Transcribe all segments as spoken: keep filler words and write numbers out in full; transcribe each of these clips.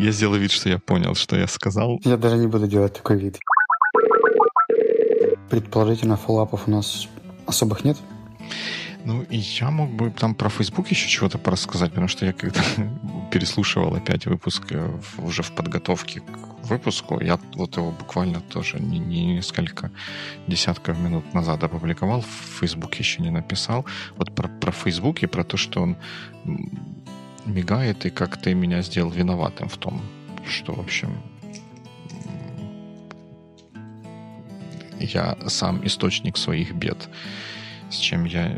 я сделаю вид, что я понял, что я сказал. Я даже не буду делать такой вид. Предположительно, фоллапов у нас особых нет. Ну, и я мог бы там про Facebook еще чего-то порассказать, потому что я когда переслушивал опять выпуск уже в подготовке к выпуску, я вот его буквально тоже не, не несколько десятков минут назад опубликовал, в Facebook еще не написал. Вот про, про Facebook и про то, что он мигает, и как ты меня сделал виноватым в том, что, в общем, я сам источник своих бед, с чем я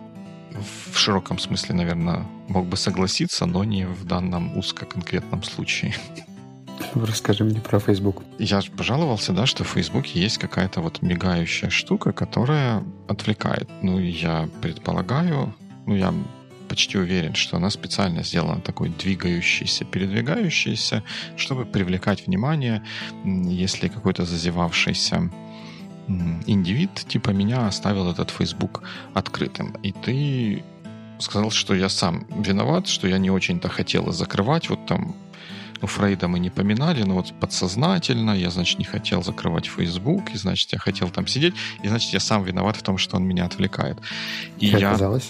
в широком смысле, наверное, мог бы согласиться, но не в данном узкоконкретном случае. Расскажи мне про Facebook. Я же пожаловался, да, что в Фейсбуке есть какая-то вот мигающая штука, которая отвлекает. Ну, я предполагаю, ну, я почти уверен, что она специально сделана такой двигающейся, передвигающейся, чтобы привлекать внимание, если какой-то зазевавшийся индивид типа меня оставил этот Facebook открытым. И ты сказал, что я сам виноват, что я не очень-то хотел закрывать. Вот там, ну, Фрейда мы не поминали, но вот подсознательно я, значит, не хотел закрывать Facebook, и, значит, я хотел там сидеть, и, значит, я сам виноват в том, что он меня отвлекает. И как я... оказалось?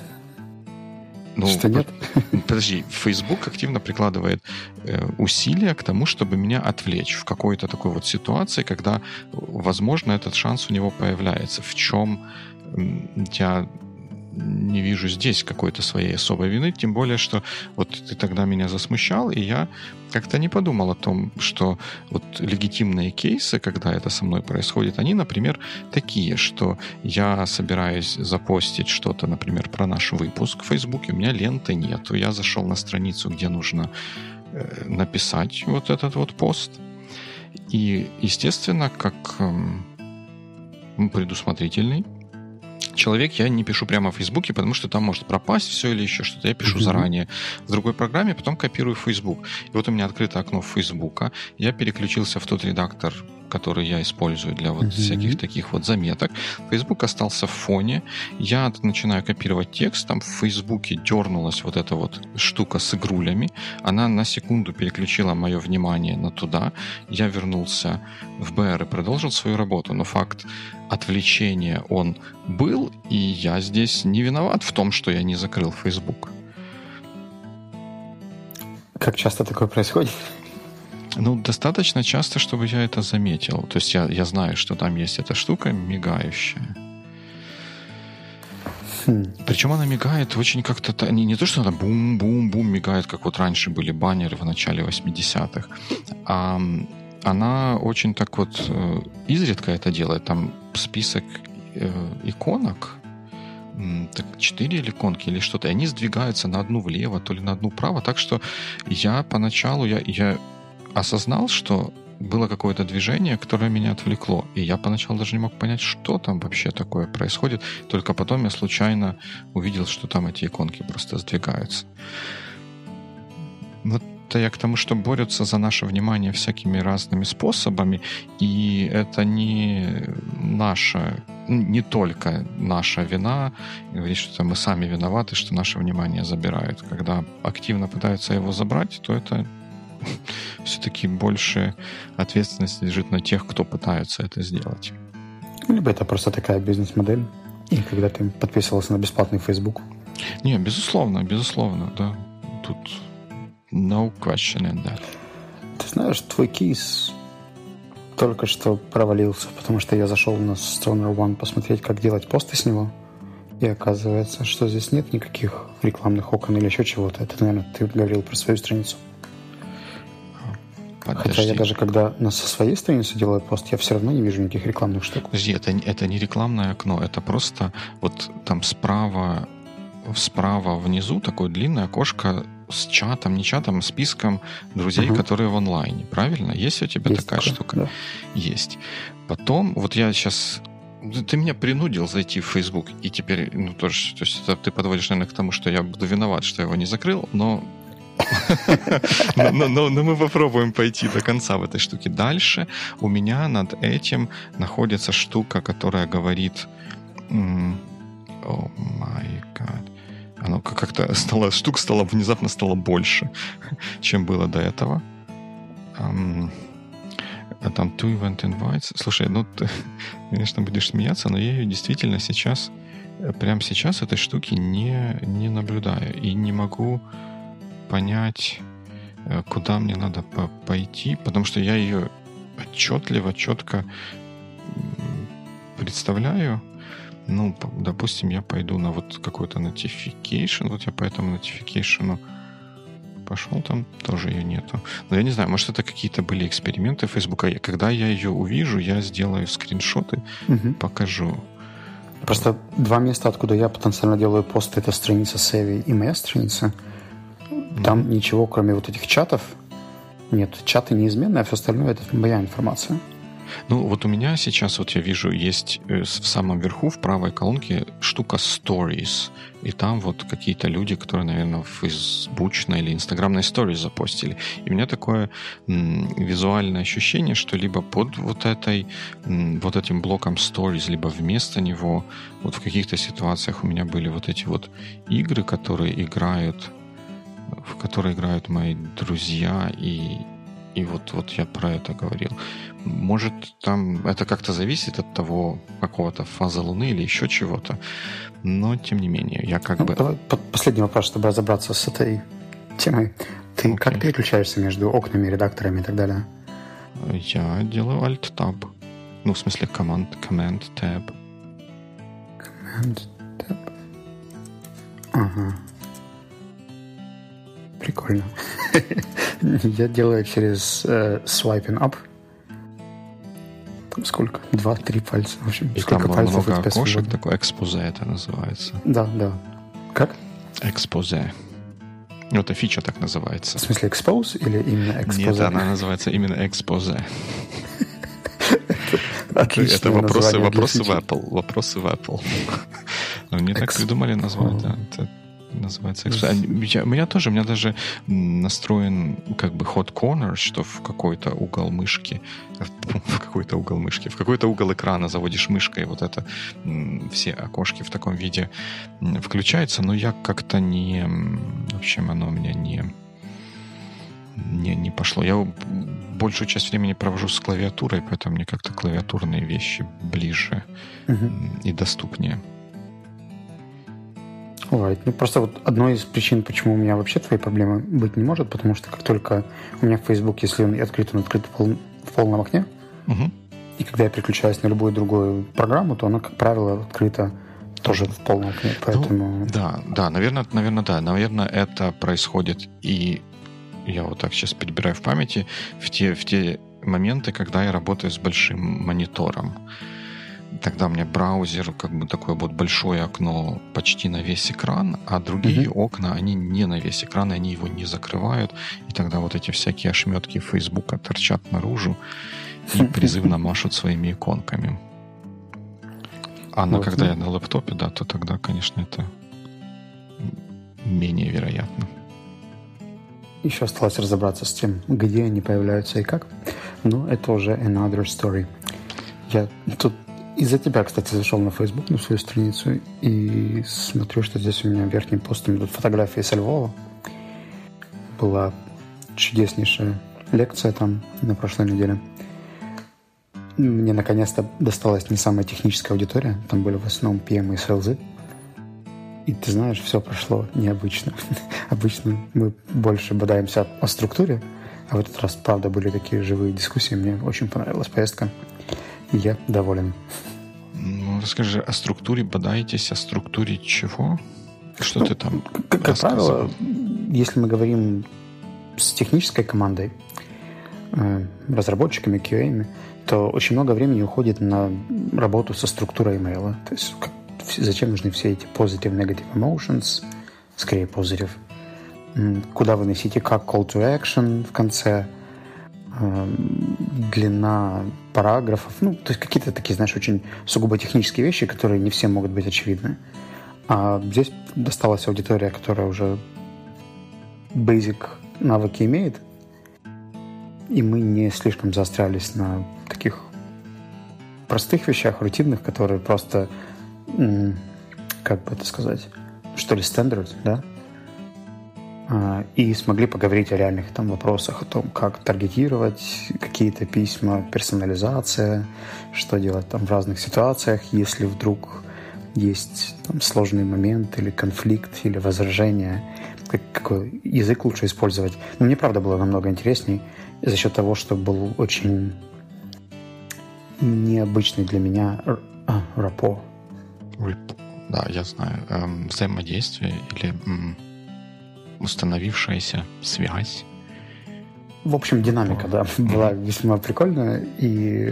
Ну, что нет? Подожди, Facebook активно прикладывает э, усилия к тому, чтобы меня отвлечь в какой-то такой вот ситуации, когда, возможно, этот шанс у него появляется. В чем э, я не вижу здесь какой-то своей особой вины, тем более, что вот ты тогда меня засмущал, и я как-то не подумал о том, что вот легитимные кейсы, когда это со мной происходит, они, например, такие, что я собираюсь запостить что-то, например, про наш выпуск в Фейсбуке, у меня ленты нету, я зашел на страницу, где нужно э, написать вот этот вот пост, и, естественно, как э, предусмотрительный человек, я не пишу прямо в Фейсбуке, потому что там может пропасть все или еще что-то. Я пишу mm-hmm. заранее в другой программе, потом копирую в Facebook. И вот у меня открыто окно Фейсбука. Я переключился в тот редактор, который я использую для вот mm-hmm. всяких таких вот заметок. Facebook остался в фоне. Я начинаю копировать текст. Там в Фейсбуке дернулась вот эта вот штука с игрулями. Она на секунду переключила мое внимание на туда. Я вернулся в бэ эр и продолжил свою работу. Но факт отвлечения он был, и я здесь не виноват в том, что я не закрыл Facebook. Как часто такое происходит? Ну, достаточно часто, чтобы я это заметил. То есть я, я знаю, что там есть эта штука мигающая. Хм. Причем она мигает очень как-то... Не, не то, что она бум-бум-бум мигает, как вот раньше были баннеры в начале восьмидесятых, а она очень так вот э, изредка это делает. Там список э, иконок, так, четыре или иконки или что-то, и они сдвигаются на одну влево, то ли на одну вправо. Так что я поначалу, я, я осознал, что было какое-то движение, которое меня отвлекло. И я поначалу даже не мог понять, что там вообще такое происходит. Только потом я случайно увидел, что там эти иконки просто сдвигаются. Вот это я к тому, что борются за наше внимание всякими разными способами, и это не наша, не только наша вина, говорить, что мы сами виноваты, что наше внимание забирают. Когда активно пытаются его забрать, то это все-таки больше ответственность лежит на тех, кто пытается это сделать. Либо это просто такая бизнес-модель, и когда ты подписывался на бесплатный Facebook. Не, безусловно, безусловно, да. Тут no question in that. Ты знаешь, твой кейс только что провалился, потому что я зашел на Stoner One посмотреть, как делать посты с него, и оказывается, что здесь нет никаких рекламных окон или еще чего-то. Это, наверное, ты говорил про свою страницу. Подожди. Хотя я даже когда на со своей страницы делаю пост, я все равно не вижу никаких рекламных штук. Подожди, это, это не рекламное окно, это просто вот там справа, справа внизу такое длинное окошко с чатом, не чатом, а списком друзей, uh-huh. которые в онлайне. Правильно? Есть у тебя есть такая такое, штука? Да. Есть. Потом, вот я сейчас... Ты меня принудил зайти в Facebook, и теперь, ну, тоже, то есть это ты подводишь, наверное, к тому, что я буду виноват, что я его не закрыл, но... но, но, но, но мы попробуем пойти до конца в этой штуке. Дальше у меня над этим находится штука, которая говорит... О май гад. Оно как-то стало, штук стало, внезапно стало больше, чем было до этого. Um, там two event invites. Слушай, ну ты, конечно, будешь смеяться, но я ее действительно сейчас, прямо сейчас этой штуки не, не наблюдаю и не могу понять, куда мне надо по- пойти, потому что я ее отчетливо, четко представляю. Ну, допустим, я пойду на вот какой-то notification, вот я по этому notification пошел, там тоже ее нету. Но я не знаю, может, это какие-то были эксперименты Фейсбука. Когда я ее увижу, я сделаю скриншоты, угу. покажу. Просто два места, откуда я потенциально делаю посты, это страница Севи и моя страница. Там mm-hmm. ничего, кроме вот этих чатов, нет. Чаты неизменные, а все остальное — это моя информация. Ну, вот у меня сейчас, вот я вижу, есть в самом верху, в правой колонке штука Stories. И там вот какие-то люди, которые, наверное, в фейсбучной или инстаграмной Stories запостили. И у меня такое м, визуальное ощущение, что либо под вот этой, м, вот этим блоком Stories, либо вместо него, вот в каких-то ситуациях у меня были вот эти вот игры, которые играют, в которые играют мои друзья, и И вот, вот я про это говорил. Может, там это как-то зависит от того, какого-то фаза Луны или еще чего-то. Но, тем не менее, я как ну, бы... Давай последний вопрос, чтобы разобраться с этой темой. Ты okay. как переключаешься между окнами, редакторами и так далее? Я делаю Alt-Tab. Ну, в смысле, команд, Command-Tab. Command-Tab. Ага. Прикольно. Я делаю через э, swiping up. Там сколько? Два-три пальца. В общем, и сколько там пальцев много окошек, такое экспозе это называется. Да, да. Как? Экспозе. Ну, это фича так называется. В смысле expose или именно экспозе? Нет, она называется именно экспозе. Это вопросы, вопросы в Apple. Вопросы в Apple. Они так придумали назвать, да. Называется экспозе. У меня тоже, у меня даже настроен как бы hot corner, что в какой-то угол мышки, в какой-то угол мышки, в какой-то угол экрана заводишь мышкой, вот это все окошки в таком виде включаются, но я как-то не, в общем, оно у меня не не, не пошло. Я большую часть времени провожу с клавиатурой, поэтому мне как-то клавиатурные вещи ближе угу. и доступнее. Right. Ну, просто вот одной из причин, почему у меня вообще твоей проблемы быть не может, потому что как только у меня в Facebook, если он открыт, он открыт в, пол, в полном окне, угу. и когда я переключаюсь на любую другую программу, то она, как правило, открыта тоже в полном окне. Поэтому... Ну, да, да, наверное, наверное, да. Наверное, это происходит, и я вот так сейчас перебираю в памяти, в те, в те моменты, когда я работаю с большим монитором. Тогда у меня браузер, как бы такое вот большое окно почти на весь экран, а другие mm-hmm. окна, они не на весь экран, и они его не закрывают. И тогда вот эти всякие ошметки Фейсбука торчат наружу и призывно машут своими иконками. А на, вот, когда ну. я на лэптопе, да, то тогда, конечно, это менее вероятно. Еще осталось разобраться с тем, где они появляются и как. Но это уже another story. Я тут из-за тебя, кстати, зашел на Facebook, на свою страницу, и смотрю, что здесь у меня верхним постом идут фотографии со Львова. Была чудеснейшая лекция там на прошлой неделе. Мне наконец-то досталась не самая техническая аудитория. Там были в основном пи эм и селзы. И ты знаешь, все прошло необычно. Обычно мы больше бодаемся о структуре, а в этот раз, правда, были такие живые дискуссии. Мне очень понравилась поездка. И я доволен. Ну, расскажи, о структуре бодаетесь, о структуре чего? Что ну, ты там Как, как правило, если мы говорим с технической командой, э, разработчиками, кью эй-ми, то очень много времени уходит на работу со структурой имейла. То есть как, зачем нужны все эти positive, negative emotions, скорее positive, куда вы носите, как call to action в конце, длина параграфов, ну, то есть какие-то такие, знаешь, очень сугубо технические вещи, которые не всем могут быть очевидны. А здесь досталась аудитория, которая уже basic навыки имеет, и мы не слишком заострялись на таких простых вещах, рутинных, которые просто, как бы это сказать, что ли, стандарт, да? и смогли поговорить о реальных там вопросах, о том, как таргетировать какие-то письма, персонализация, что делать там в разных ситуациях, если вдруг есть там сложный момент или конфликт, или возражение, как, какой язык лучше использовать. Но мне, правда, было намного интересней за счет того, что был очень необычный для меня а, рапо. Да, я знаю. Эм, взаимодействие или м, установившаяся связь. В общем, динамика, да, была весьма прикольная, и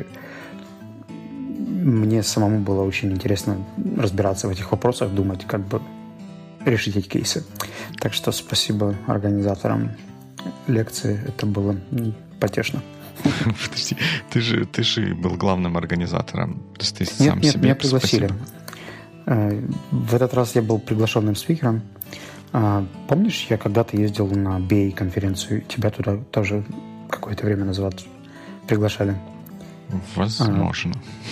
мне самому было очень интересно разбираться в этих вопросах, думать, как бы решить эти кейсы. Так что спасибо организаторам лекции, это было потешно. Подожди, ты же, ты же был главным организатором. То есть ты нет, сам нет, себе меня пригласили. Спасибо. В этот раз я был приглашенным спикером. Помнишь, я когда-то ездил на би эй конференцию, тебя туда тоже какое-то время назад приглашали? Возможно.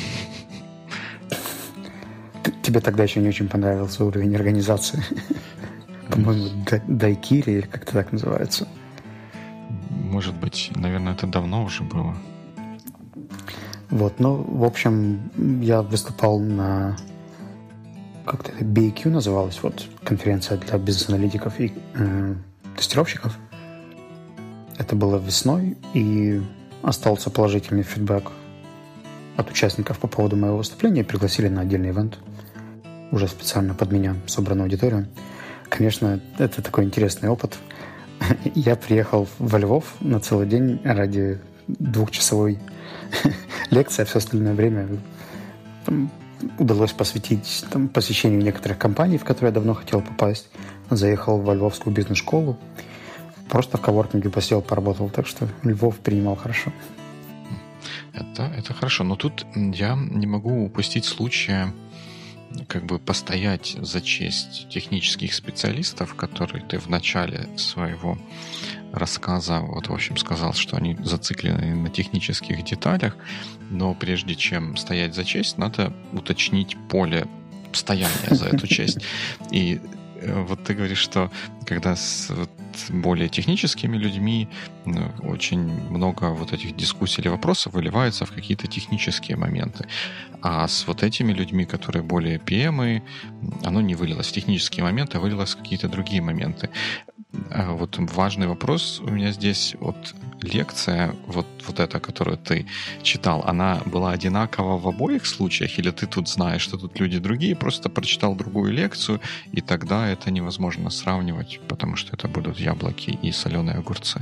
А, тебе тогда еще не очень понравился уровень организации. По-моему, дайкири, или как-то так называется. Может быть, наверное, это давно уже было. Вот, ну, в общем, я выступал на... Как-то это би эй кью называлась, вот, конференция для бизнес-аналитиков и э, тестировщиков. Это было весной, и остался положительный фидбэк от участников по поводу моего выступления. Пригласили на отдельный ивент, уже специально под меня собранную аудиторию. Конечно, это такой интересный опыт. Я приехал во Львов на целый день ради двухчасовой лекции, а все остальное время там, удалось посвятить там, посещению некоторых компаний, в которые я давно хотел попасть. Заехал во Львовскую бизнес-школу, просто в коворкинге посидел, поработал, так что Львов принимал хорошо. Это, это хорошо, но тут я не могу упустить случая как бы постоять за честь технических специалистов, которые ты в начале своего рассказа, вот, в общем, сказал, что они зациклены на технических деталях, но прежде чем стоять за честь, надо уточнить поле стояния за эту честь. И вот ты говоришь, что когда с вот, более техническими людьми ну, очень много вот этих дискуссий или вопросов выливается в какие-то технические моменты. А с вот этими людьми, которые более пи эм, оно не вылилось в технические моменты, а вылилось в какие-то другие моменты. А вот важный вопрос у меня здесь. Вот лекция, вот, вот эта, которую ты читал, она была одинакова в обоих случаях? Или ты тут знаешь, что тут люди другие, просто прочитал другую лекцию, и тогда это невозможно сравнивать, потому что это будут яблоки и соленые огурцы?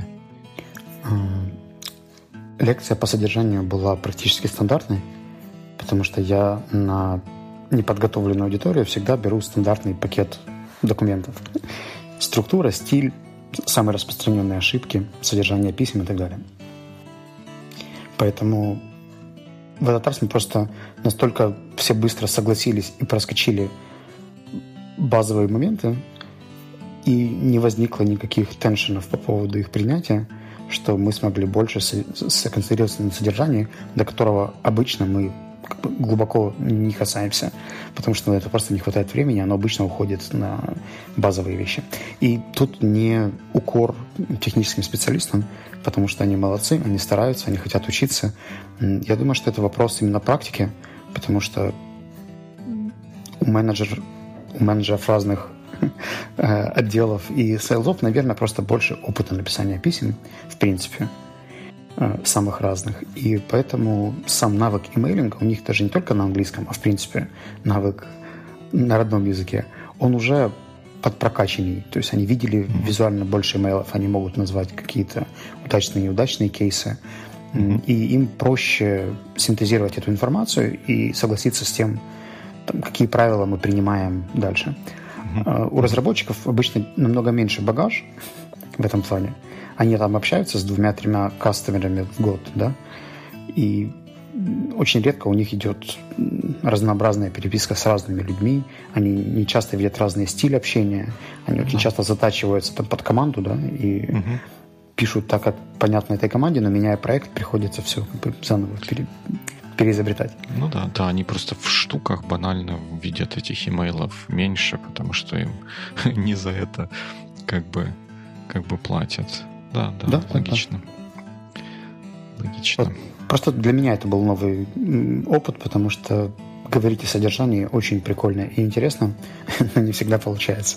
Лекция по содержанию была практически стандартной, потому что я на неподготовленную аудиторию всегда беру стандартный пакет документов. Структура, стиль, самые распространенные ошибки, содержание писем и так далее. Поэтому в этот раз мы просто настолько все быстро согласились и проскочили базовые моменты, и не возникло никаких теншенов по поводу их принятия, что мы смогли больше сконцентрироваться на содержании, до которого обычно мы как бы глубоко не касаемся, потому что на это просто не хватает времени, оно обычно уходит на базовые вещи. И тут не укор техническим специалистам, потому что они молодцы, они стараются, они хотят учиться. Я думаю, что это вопрос именно практики, потому что у менеджеров, у менеджеров разных отделов и сейлзов, наверное, просто больше опыта написания писем, в принципе, самых разных. И поэтому сам навык имейлинга у них даже не только на английском, а в принципе навык на родном языке, он уже подпрокачанный. То есть они видели mm-hmm. визуально больше имейлов, они могут назвать какие-то удачные и неудачные кейсы. Mm-hmm. И им проще синтезировать эту информацию и согласиться с тем, там, какие правила мы принимаем дальше. Mm-hmm. У разработчиков обычно намного меньше багаж в этом плане. Они там общаются с двумя-тремя кастомерами в год, да, и очень редко у них идет разнообразная переписка с разными людьми, они не часто видят разные стили общения, они очень часто затачиваются там под команду, да, и uh-huh. пишут так, как понятно этой команде, но меняя проект, приходится все как бы заново пере, переизобретать. Ну да, да, они просто в штуках банально видят этих имейлов меньше, потому что им не за это как бы как бы платят. Да, да, да логично. Да. Логично. Вот. Просто для меня это был новый опыт, потому что говорить о содержании очень прикольно и интересно, но не всегда получается.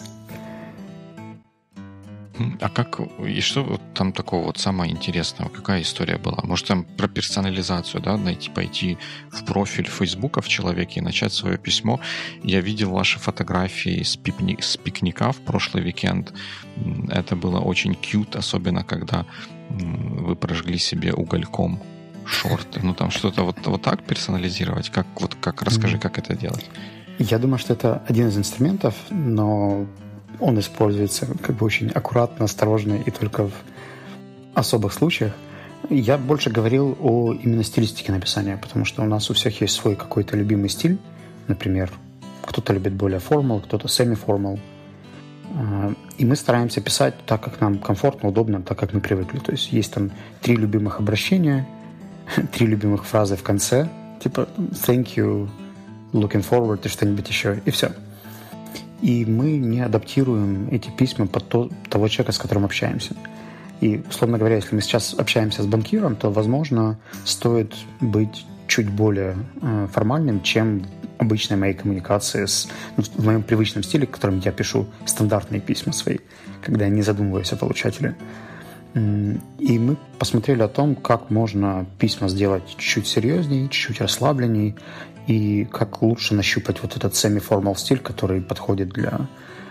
А как, и что вот там такого вот самого интересного? Какая история была? Может, там про персонализацию, да, найти, пойти в профиль Фейсбука в человеке и начать свое письмо. Я видел ваши фотографии с, пикни, с пикника в прошлый уикенд. Это было очень кьют, особенно когда вы прожгли себе угольком шорты. Ну, там что-то вот, вот так персонализировать? Как, вот, как, расскажи, как это делать? Я думаю, что это один из инструментов, но он используется как бы очень аккуратно, осторожно и только в особых случаях. Я больше говорил о именно стилистике написания, потому что у нас у всех есть свой какой-то любимый стиль. Например, кто-то любит более формал, кто-то semi-formal. И мы стараемся писать так, как нам комфортно, удобно, так, как мы привыкли. То есть есть там три любимых обращения, три любимых фразы в конце, типа thank you, looking forward и что-нибудь еще, и все. И мы не адаптируем эти письма под то, того человека, с которым общаемся. И, условно говоря, если мы сейчас общаемся с банкиром, то, возможно, стоит быть чуть более э, формальным, чем обычной моей коммуникации с, ну, в моем привычном стиле, которым я пишу стандартные письма свои, когда я не задумываюсь о получателе. И мы посмотрели о том, как можно письма сделать чуть серьезнее, чуть расслабленнее, и как лучше нащупать вот этот semi-formal стиль, который подходит для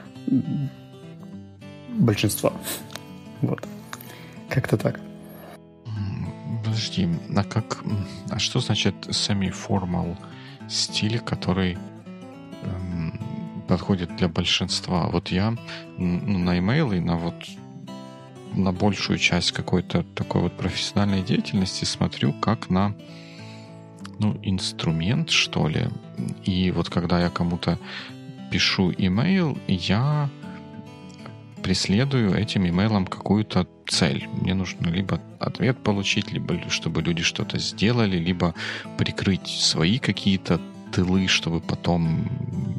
большинства. Вот. Как-то так. Подожди, а как... А что значит semi-formal стиль, который эм, подходит для большинства? Вот я ну, на email и на вот на большую часть какой-то такой вот профессиональной деятельности смотрю как на ну, инструмент, что ли. И вот когда я кому-то пишу имейл, я преследую этим имейлом какую-то цель. Мне нужно либо ответ получить, либо чтобы люди что-то сделали, либо прикрыть свои какие-то тылы, чтобы потом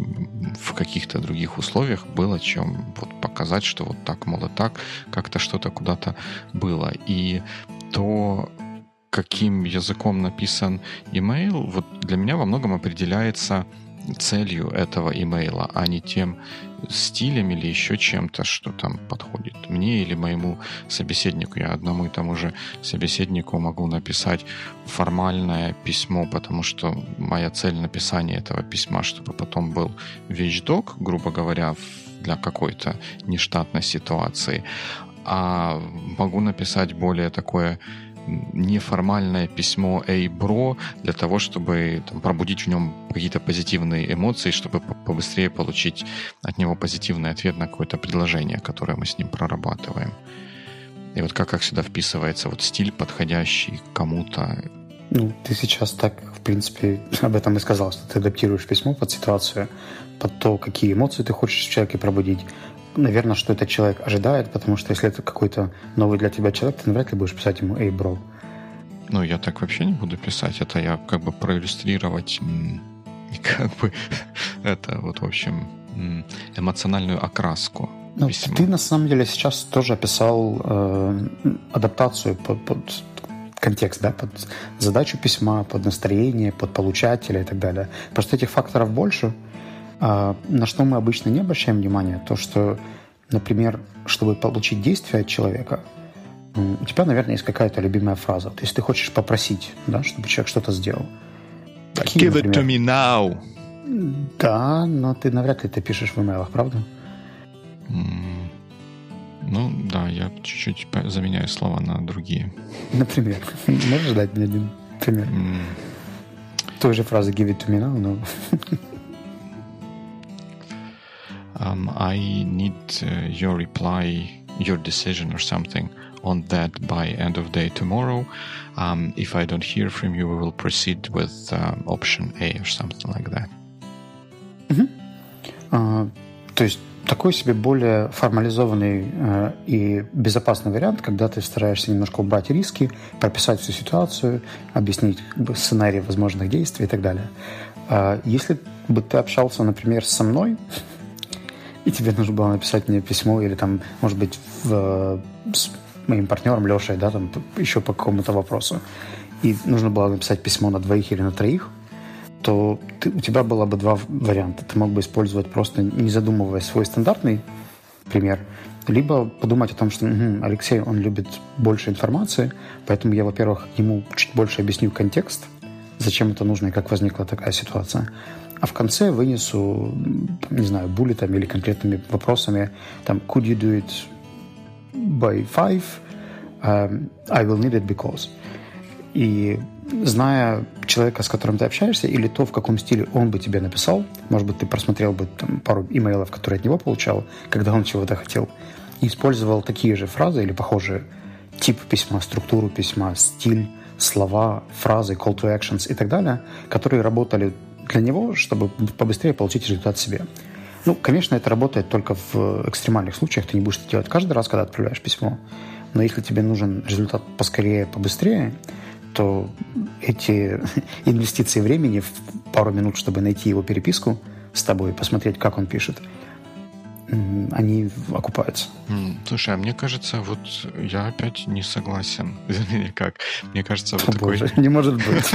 в каких-то других условиях было чем вот показать, что вот так, мол, и так, как-то что-то куда-то было. И то, каким языком написан имейл, вот для меня во многом определяется целью этого имейла, а не тем стилем или еще чем-то, что там подходит мне или моему собеседнику. Я одному и тому же собеседнику могу написать формальное письмо, потому что моя цель написания этого письма, чтобы потом был вещдок, грубо говоря, для какой-то нештатной ситуации. А могу написать более такое неформальное письмо «Эй, бро», для того, чтобы там, пробудить в нем какие-то позитивные эмоции, чтобы побыстрее получить от него позитивный ответ на какое-то предложение, которое мы с ним прорабатываем. И вот как, как сюда вписывается вот стиль, подходящий кому-то. Ну, ты сейчас так, в принципе, об этом и сказал, что ты адаптируешь письмо под ситуацию, под то, какие эмоции ты хочешь в человеке пробудить. Наверное, что этот человек ожидает, потому что если это какой-то новый для тебя человек, ты навряд ли будешь писать ему «Эй, бро». Ну, я так вообще не буду писать. Это я как бы проиллюстрировать как бы это вот, в общем, эмоциональную окраску. Ну, ты, на самом деле, сейчас тоже описал э, адаптацию под, под контекст, да, под задачу письма, под настроение, под получателя и так далее. Просто этих факторов больше. А на что мы обычно не обращаем внимания, то, что, например, чтобы получить действие от человека, у тебя, наверное, есть какая-то любимая фраза. То есть ты хочешь попросить, да, чтобы человек что-то сделал. Какие, Give например, it to me now. Да, но ты навряд ли это пишешь в имейлах, правда? Mm. Ну, да, я чуть-чуть заменяю слова на другие. Например. Можешь дать мне один пример? Mm. Той же фразы give it to me now, но... Um, I need uh, your reply, your decision or something on that by end of day tomorrow. Um, if I don't hear from you, we will proceed with um, option A or something like that. Uh-huh. Uh, то есть такой себе более формализованный э, и безопасный вариант, когда ты стараешься немножко убрать риски, прописать всю ситуацию, объяснить как бы, сценарий возможных действий и так далее. Э, если бы ты общался, например, со мной, и тебе нужно было написать мне письмо, или там, может быть, в, с моим партнером Лешей, да, там еще по какому-то вопросу, и нужно было написать письмо на двоих или на троих, то ты, у тебя было бы два варианта. Ты мог бы использовать просто, не задумываясь, свой стандартный пример, либо подумать о том, что угу, Алексей, он любит больше информации, поэтому я, во-первых, ему чуть больше объясню контекст, зачем это нужно и как возникла такая ситуация. А в конце вынесу, не знаю, буллетами или конкретными вопросами, там, could you do it by five? Um, I will need it because. И зная человека, с которым ты общаешься, или то, в каком стиле он бы тебе написал, может быть, ты просмотрел бы там, пару имейлов, которые от него получал, когда он чего-то хотел, и использовал такие же фразы или похожие тип письма, структуру письма, стиль, слова, фразы, call to actions и так далее, которые работали для него, чтобы побыстрее получить результат себе. Ну, конечно, это работает только в экстремальных случаях. Ты не будешь это делать каждый раз, когда отправляешь письмо. Но если тебе нужен результат поскорее, побыстрее, то эти инвестиции времени в пару минут, чтобы найти его переписку с тобой, посмотреть, как он пишет, они окупаются. Слушай, а мне кажется, вот я опять не согласен. Извини, как? Мне кажется, вот О, такой... Боже, не может быть.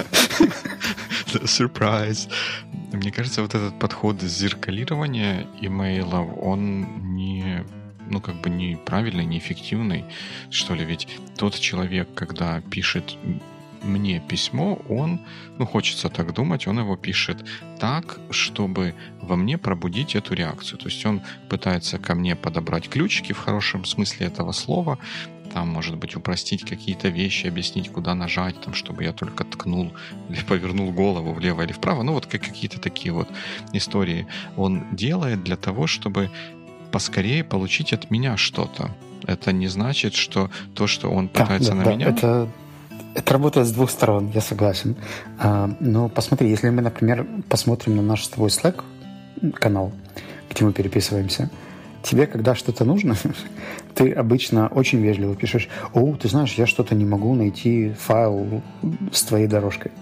Сюрприз. Мне кажется, вот этот подход зеркалирования имейлов, он не... ну, как бы неправильный, неэффективный, что ли, ведь тот человек, когда пишет мне письмо, он, ну, хочется так думать, он его пишет так, чтобы во мне пробудить эту реакцию. То есть он пытается ко мне подобрать ключики в хорошем смысле этого слова, там, может быть, упростить какие-то вещи, объяснить, куда нажать, там, чтобы я только ткнул или повернул голову влево или вправо. Ну, вот как какие-то такие вот истории он делает для того, чтобы поскорее получить от меня что-то. Это не значит, что то, что он пытается да, на да, меня... Это, это работает с двух сторон, я согласен. А, но посмотри, если мы, например, посмотрим на наш с тобой Slack канал, где мы переписываемся, тебе, когда что-то нужно, ты обычно очень вежливо пишешь: «О, ты знаешь, я что-то не могу найти файл с твоей дорожкой».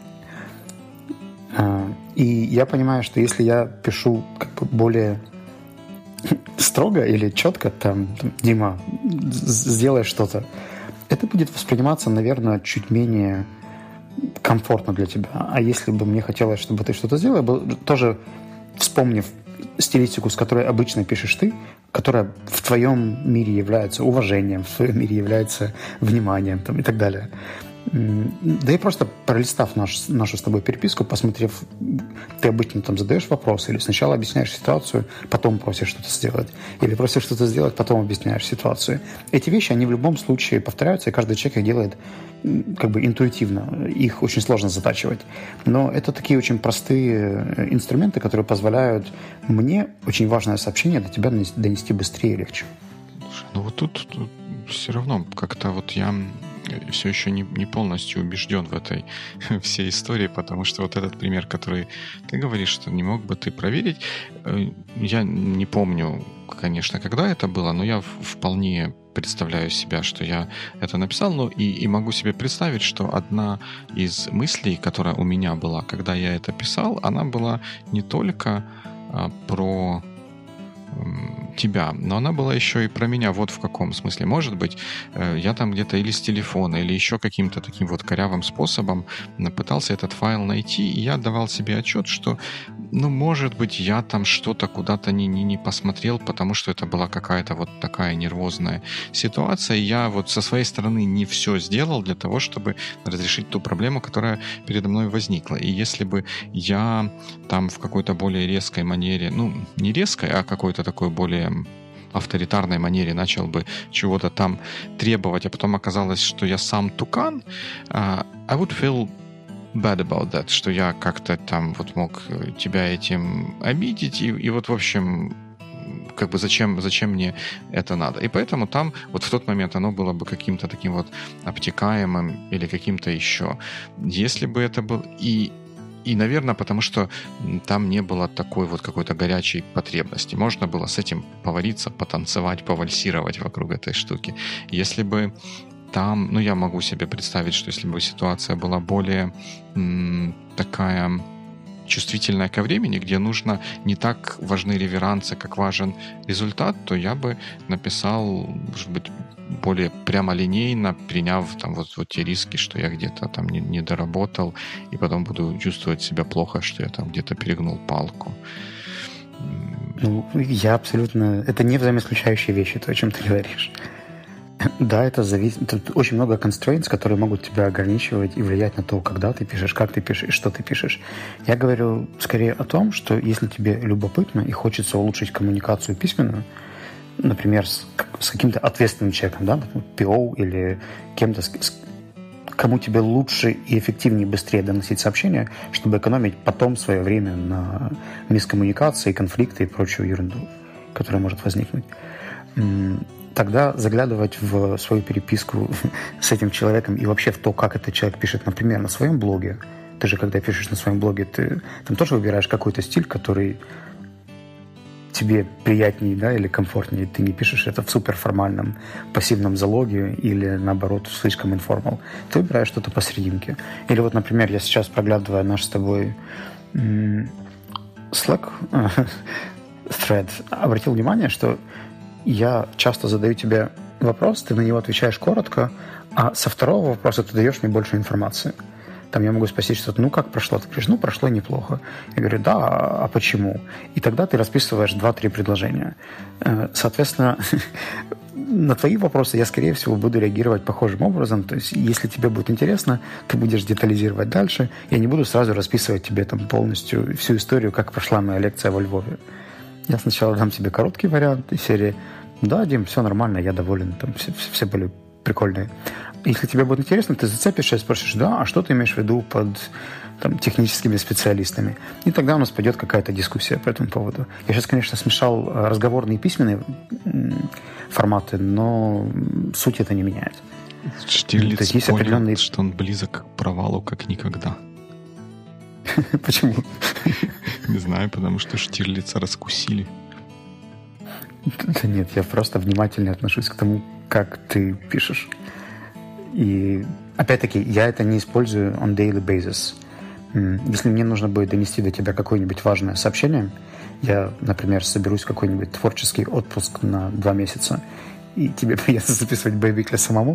А, и я понимаю, что если я пишу как бы более строго или четко, там, там Дима, сделай что-то, это будет восприниматься, наверное, чуть менее комфортно для тебя. А если бы мне хотелось, чтобы ты что-то сделал, я бы тоже, вспомнив стилистику, с которой обычно пишешь ты, которая в твоем мире является уважением, в твоем мире является вниманием, там, и так далее. Да и просто пролистав наш, нашу с тобой переписку, посмотрев, ты обычно там задаешь вопросы, или сначала объясняешь ситуацию, потом просишь что-то сделать, или просишь что-то сделать, потом объясняешь ситуацию. Эти вещи, они в любом случае повторяются, и каждый человек их делает как бы интуитивно. Их очень сложно затачивать. Но это такие очень простые инструменты, которые позволяют мне очень важное сообщение до тебя донести быстрее и легче. Ну вот тут, тут все равно как-то вот я все еще не, не полностью убежден в этой всей истории, потому что вот этот пример, который ты говоришь, что не мог бы ты проверить, я не помню, конечно, когда это было, но я вполне представляю себя, что я это написал, ну и, и могу себе представить, что одна из мыслей, которая у меня была, когда я это писал, она была не только а, про тебя, но она была еще и про меня. Вот в каком смысле. Может быть, я там где-то или с телефона, или еще каким-то таким вот корявым способом пытался этот файл найти, и я давал себе отчет, что, ну, может быть, я там что-то куда-то не, не, не посмотрел, потому что это была какая-то вот такая нервозная ситуация, и я вот со своей стороны не все сделал для того, чтобы разрешить ту проблему, которая передо мной возникла. И если бы я там в какой-то более резкой манере, ну, не резкой, а какой-то такой более авторитарной манере начал бы чего-то там требовать, а потом оказалось, что я сам тукан, uh, I would feel bad about that, что я как-то там вот мог тебя этим обидеть, и, и вот, в общем, как бы зачем, зачем мне это надо. И поэтому там вот в тот момент оно было бы каким-то таким вот обтекаемым или каким-то еще. Если бы это был... И И, наверное, потому что там не было такой вот какой-то горячей потребности. Можно было с этим повариться, потанцевать, повальсировать вокруг этой штуки. Если бы там, ну, я могу себе представить, что если бы ситуация была более м, такая чувствительное ко времени, где нужно не так важны реверансы, как важен результат, то я бы написал, может быть, более прямолинейно, приняв там вот, вот те риски, что я где-то там не, не доработал, и потом буду чувствовать себя плохо, что я там где-то перегнул палку. Ну, я абсолютно... Это не взаимоисключающие вещи, то, о чем ты говоришь. Да, это зависит... Тут очень много constraints, которые могут тебя ограничивать и влиять на то, когда ты пишешь, как ты пишешь и что ты пишешь. Я говорю скорее о том, что если тебе любопытно и хочется улучшить коммуникацию письменную, например, с, с каким-то ответственным человеком, да, пи о или кем-то, с, с, кому тебе лучше и эффективнее, быстрее доносить сообщения, чтобы экономить потом свое время на мискоммуникации, конфликты и прочую ерунду, которая может возникнуть. Тогда заглядывать в свою переписку с этим человеком и вообще в то, как этот человек пишет, например, на своем блоге. Ты же, когда пишешь на своем блоге, ты там тоже выбираешь какой-то стиль, который тебе приятнее, да, или комфортнее. Ты не пишешь это в суперформальном пассивном залоге или, наоборот, слишком информал. Ты выбираешь что-то посерединке. Или вот, например, я сейчас, проглядывая наш с тобой Slack thread, обратил внимание, что я часто задаю тебе вопрос, ты на него отвечаешь коротко, а со второго вопроса ты даешь мне больше информации. Там я могу спросить что-то, ну, как прошло? Ты говоришь, ну, прошло неплохо. Я говорю, да, а почему? И тогда ты расписываешь два-три предложения. Соответственно, на твои вопросы я, скорее всего, буду реагировать похожим образом. То есть, если тебе будет интересно, ты будешь детализировать дальше. Я не буду сразу расписывать тебе там полностью всю историю, как прошла моя лекция во Львове. Я сначала дам тебе короткий вариант из серии «Да, Дим, все нормально, я доволен, там все, все были прикольные». Если тебе будет интересно, ты зацепишься и спросишь «Да, а что ты имеешь в виду под там, техническими специалистами?» И тогда у нас пойдет какая-то дискуссия по этому поводу. Я сейчас, конечно, смешал разговорные и письменные форматы, но суть это не меняет. Штирлиц то есть, есть понял, определенные... что он близок к провалу как никогда. Почему? Не знаю, потому что Штирлица раскусили. Да нет, я просто внимательно отношусь к тому, как ты пишешь. И опять-таки, я это не использую on daily basis. Если мне нужно будет донести до тебя какое-нибудь важное сообщение, я, например, соберусь в какой-нибудь творческий отпуск на два месяца, и тебе придется записывать бэйвикли самому,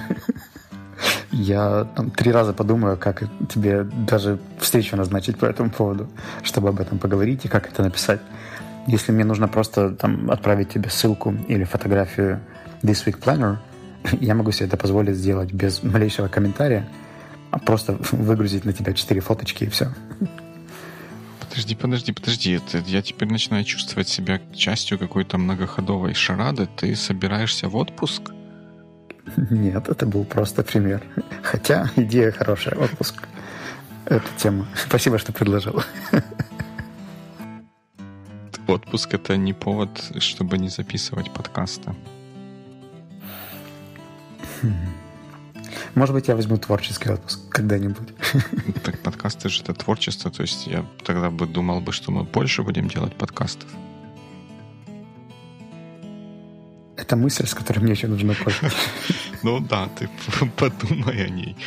я там, три раза подумаю, как тебе даже встречу назначить по этому поводу, чтобы об этом поговорить и как это написать. Если мне нужно просто там, отправить тебе ссылку или фотографию This Week Planner, я могу себе это позволить сделать без малейшего комментария, а просто выгрузить на тебя четыре фоточки и все. Подожди, подожди, подожди. Это, я теперь начинаю чувствовать себя частью какой-то многоходовой шарады. Ты собираешься в отпуск? Нет, это был просто пример. Хотя идея хорошая, отпуск. Эту тему. Спасибо, что предложил. Отпуск — это не повод, чтобы не записывать подкасты. Может быть, я возьму творческий отпуск когда-нибудь. Так подкасты же — это творчество. То есть я тогда бы думал, бы, что мы больше будем делать подкастов. Это мысль, с которой мне еще нужно пожить. Ну да, ты подумай о ней.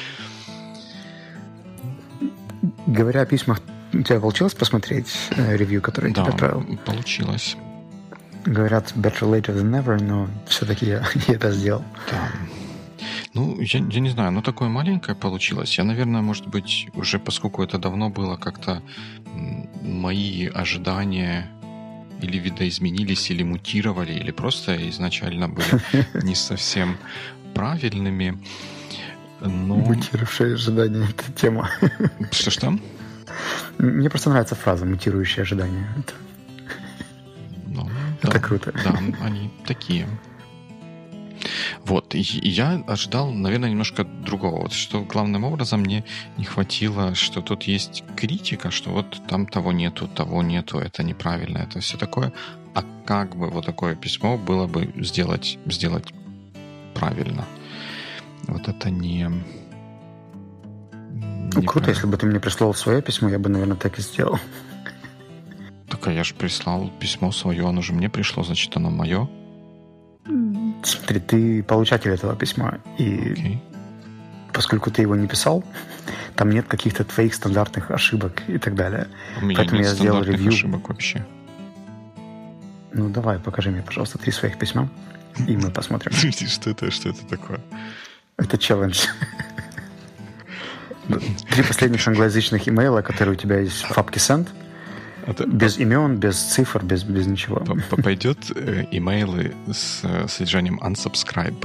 Говоря о письмах, у тебя получилось посмотреть ревью, которое я тебе отправил? Да, получилось. Говорят, better later than never, но все-таки я, я это сделал. Да. Ну, я, я не знаю, но такое маленькое получилось. Я, наверное, может быть, уже поскольку это давно было, как-то мои ожидания или видоизменились, или мутировали, или просто изначально были не совсем правильными. Но... Мутировавшие ожидания — это тема. Что-что? Мне просто нравится фраза «мутирующие ожидания». Это, ну, это да, круто. Да, они такие. Вот, и я ожидал, наверное, немножко другого. Вот, что главным образом мне не хватило, что тут есть критика, что вот там того нету, того нету, это неправильно, это все такое. А как бы вот такое письмо было бы сделать, сделать правильно? Вот это не... Ну, круто, если бы ты мне прислал свое письмо, я бы, наверное, так и сделал. Так, а я же прислал письмо свое, оно же мне пришло, значит, оно мое. Смотри, ты получатель этого письма, и okay. поскольку ты его не писал, там нет каких-то твоих стандартных ошибок и так далее. У меня Поэтому нет я сделал стандартных ревью. ошибок вообще. Ну, давай, покажи мне, пожалуйста, три своих письма, и мы посмотрим. Что это, что это такое? Это челлендж. Три последних англоязычных имейла, которые у тебя есть в папке Send, это без по... имен, без цифр, без, без ничего. Пойдет э, имейлы с содержанием unsubscribe.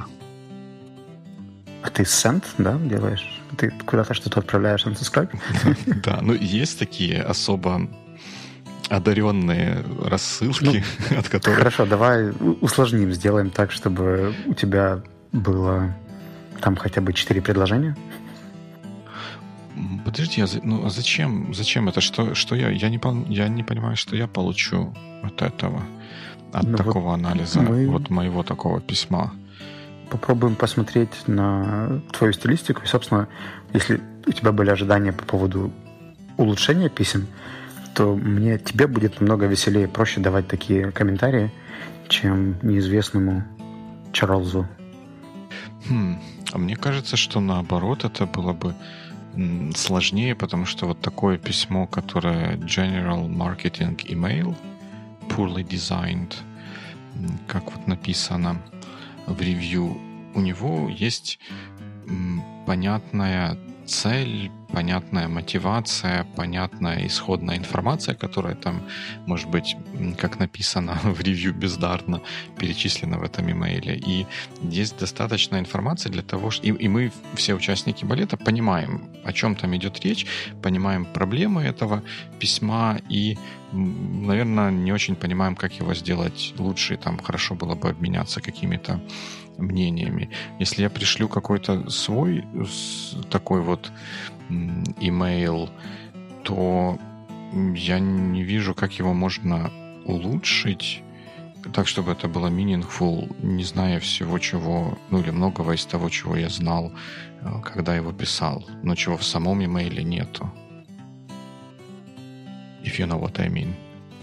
А ты Send, да, делаешь? Ты куда-то что-то отправляешь unsubscribe? Да, ну есть такие особо одаренные рассылки, ну, от которых... Хорошо, давай усложним, сделаем так, чтобы у тебя было там хотя бы четыре предложения. Подожди, а, ну, а зачем, зачем это? Что, что я, я, не, я не понимаю, что я получу от этого, от ну такого вот анализа, мы... вот моего такого письма. Попробуем посмотреть на твою стилистику. И, собственно, если у тебя были ожидания по поводу улучшения писем, то мне тебе будет намного веселее, проще давать такие комментарии, чем неизвестному Чарльзу. Хм, а мне кажется, что наоборот это было бы сложнее, потому что вот такое письмо, которое General Marketing Email, poorly designed, как вот написано в ревью, у него есть понятная цель, понятная мотивация, понятная исходная информация, которая там, может быть, как написано в ревью бездарно, перечислена в этом имейле. И есть достаточно информации для того, что... И, и мы, все участники балета, понимаем, о чем там идет речь, понимаем проблемы этого письма и, наверное, не очень понимаем, как его сделать лучше. И там хорошо было бы обменяться какими-то мнениями. Если я пришлю какой-то свой такой вот имейл, то я не вижу, как его можно улучшить так, чтобы это было meaningful, не зная всего, чего, ну или многого из того, чего я знал, когда его писал, но чего в самом имейле нету. If you know what I mean.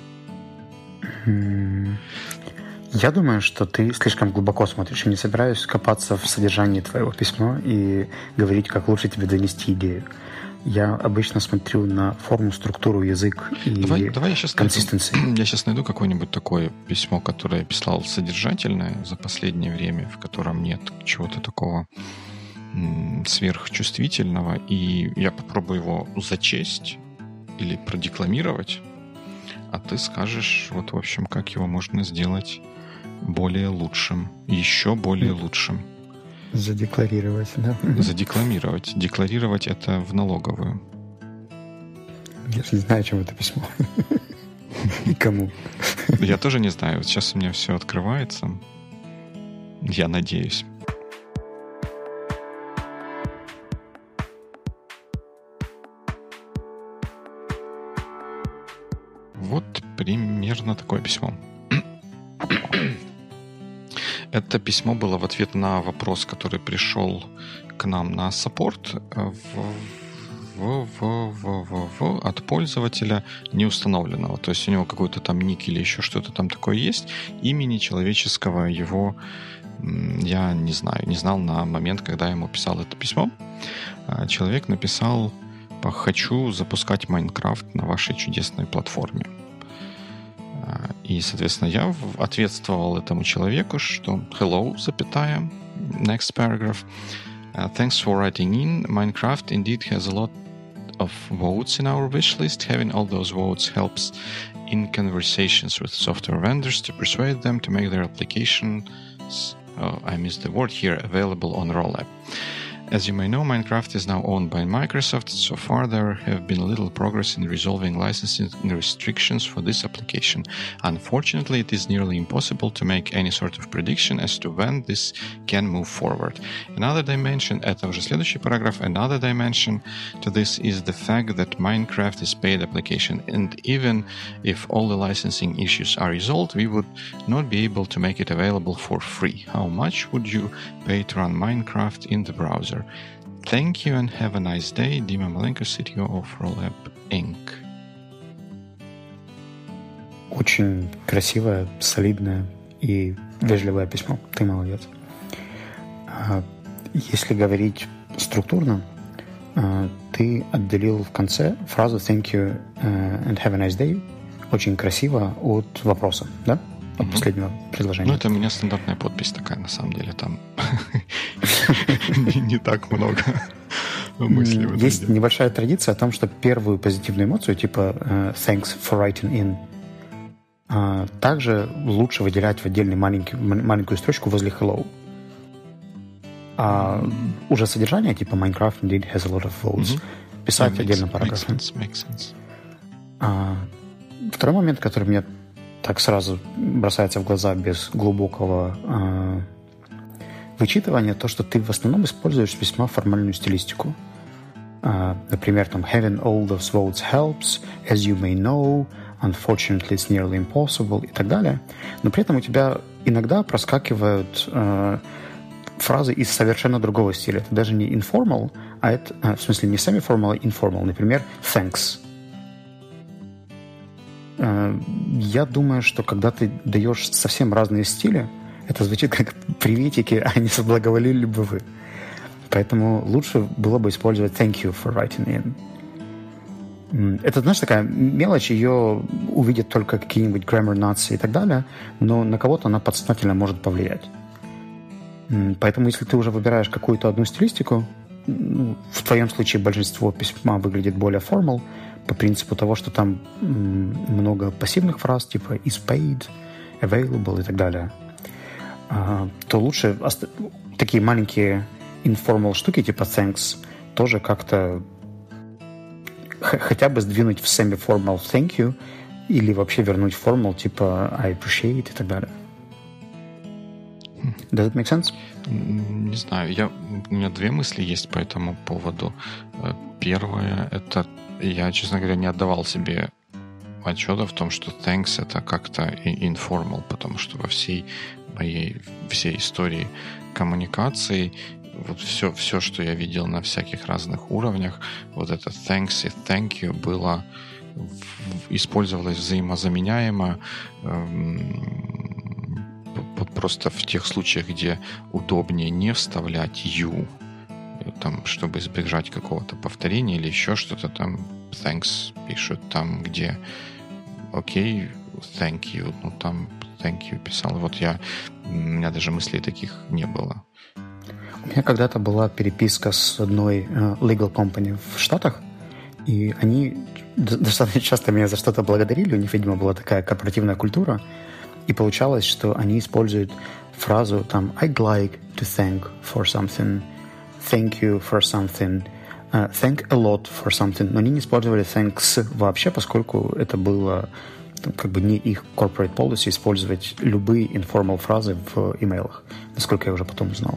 Hmm. Я думаю, что ты слишком глубоко смотришь. Я не собираюсь копаться в содержании твоего письма и говорить, как лучше тебе донести идею. Я обычно смотрю на форму, структуру, язык и давай, давай я сейчас консистенцию. Найду, я сейчас найду какое-нибудь такое письмо, которое я писал содержательное за последнее время, в котором нет чего-то такого м- сверхчувствительного, и я попробую его зачесть или продекламировать, а ты скажешь, вот, в общем, как его можно сделать более лучшим, еще более лучшим. Задекларировать, да? Задекламировать. Декларировать это в налоговую. Я же не знаю, чем это письмо. И кому. Я тоже не знаю. Вот сейчас у меня все открывается. Я надеюсь. Вот примерно такое письмо. Это письмо было в ответ на вопрос, который пришел к нам на саппорт в, в, в, в, в, в, от пользователя неустановленного. То есть у него какой-то там ник или еще что-то там такое есть. Имени человеческого его я не знаю, не знал на момент, когда я ему писал это письмо. Человек написал: «Хочу запускать Майнкрафт на вашей чудесной платформе». И, соответственно, я ответствовал этому человеку, что hello, запятая, next paragraph. Uh, thanks for writing in. Minecraft indeed has a lot of votes in our wish list. Having all those votes helps in conversations with software vendors to persuade them to make their applications, oh, I missed the word here, available on Rollup. As you may know, Minecraft is now owned by Microsoft. So far, there have been little progress in resolving licensing restrictions for this application. Unfortunately, it is nearly impossible to make any sort of prediction as to when this can move forward. Another dimension, это уже следующий параграф, another dimension to this is the fact that Minecraft is a paid application. And even if all the licensing issues are resolved, we would not be able to make it available for free. How much would you pay to run Minecraft in the browser? Thank you and have a nice day. Dima Malenko, C T O of Rollup инкорпорейтед. Очень красивое, солидное и вежливое письмо. Ты молодец. Если говорить структурно, ты отделил в конце фразу «thank you and have a nice day» очень красиво от вопроса, да? От mm-hmm. последнего предложения. Ну, это у меня стандартная подпись такая, на самом деле. Там не так много мыслей. Есть небольшая традиция о том, что первую позитивную эмоцию, типа «thanks for writing in», также лучше выделять в отдельную маленькую строчку возле «hello». А уже содержание, типа Minecraft indeed has a lot of votes, mm-hmm. писать yeah, отдельно параграфом. Makes sense, makes sense. А, второй момент, который мне так сразу бросается в глаза без глубокого а, вычитывания, то, что ты в основном используешь весьма формальную стилистику. А, например, там having all those votes helps, as you may know, unfortunately it's nearly impossible и так далее. Но при этом у тебя иногда проскакивают а, фразы из совершенно другого стиля. Это даже не informal, а это, а, в смысле, не semi-formal, а informal. Например, thanks. А, я думаю, что когда ты даешь совсем разные стили, это звучит как приветики, а не соблаговолили бы вы. Поэтому лучше было бы использовать thank you for writing in. Это, знаешь, такая мелочь, ее увидят только какие-нибудь grammar nuts и так далее, но на кого-то она подсознательно может повлиять. Поэтому, если ты уже выбираешь какую-то одну стилистику, ну, в твоем случае большинство письма выглядит более formal, по принципу того, что там много пассивных фраз, типа is paid, available и так далее, то лучше такие маленькие informal штуки, типа thanks, тоже как-то хотя бы сдвинуть в semi-formal thank you или вообще вернуть formal, типа I appreciate и так далее. Does it make sense? Не знаю. Я, у меня две мысли есть по этому поводу. Первое, это я, честно говоря, не отдавал себе отчета в том, что thanks это как-то informal, потому что во всей моей всей истории коммуникации вот все, все, что я видел на всяких разных уровнях, вот это thanks и thank you было использовалось взаимозаменяемо, просто в тех случаях, где удобнее не вставлять you, там, чтобы избежать какого-то повторения или еще что-то, там thanks пишут, там, где окей, okay, thank you, ну там thank you писал. Вот я, у меня даже мыслей таких не было. У меня когда-то была переписка с одной uh, legal company в Штатах, и они достаточно часто меня за что-то благодарили, у них, видимо, была такая корпоративная культура, и получалось, что они используют фразу там I'd like to thank for something, thank you for something, uh, thank a lot for something, но они не использовали thanks вообще, поскольку это было там, как бы не их corporate policy использовать любые informal фразы в имейлах, насколько я уже потом узнал.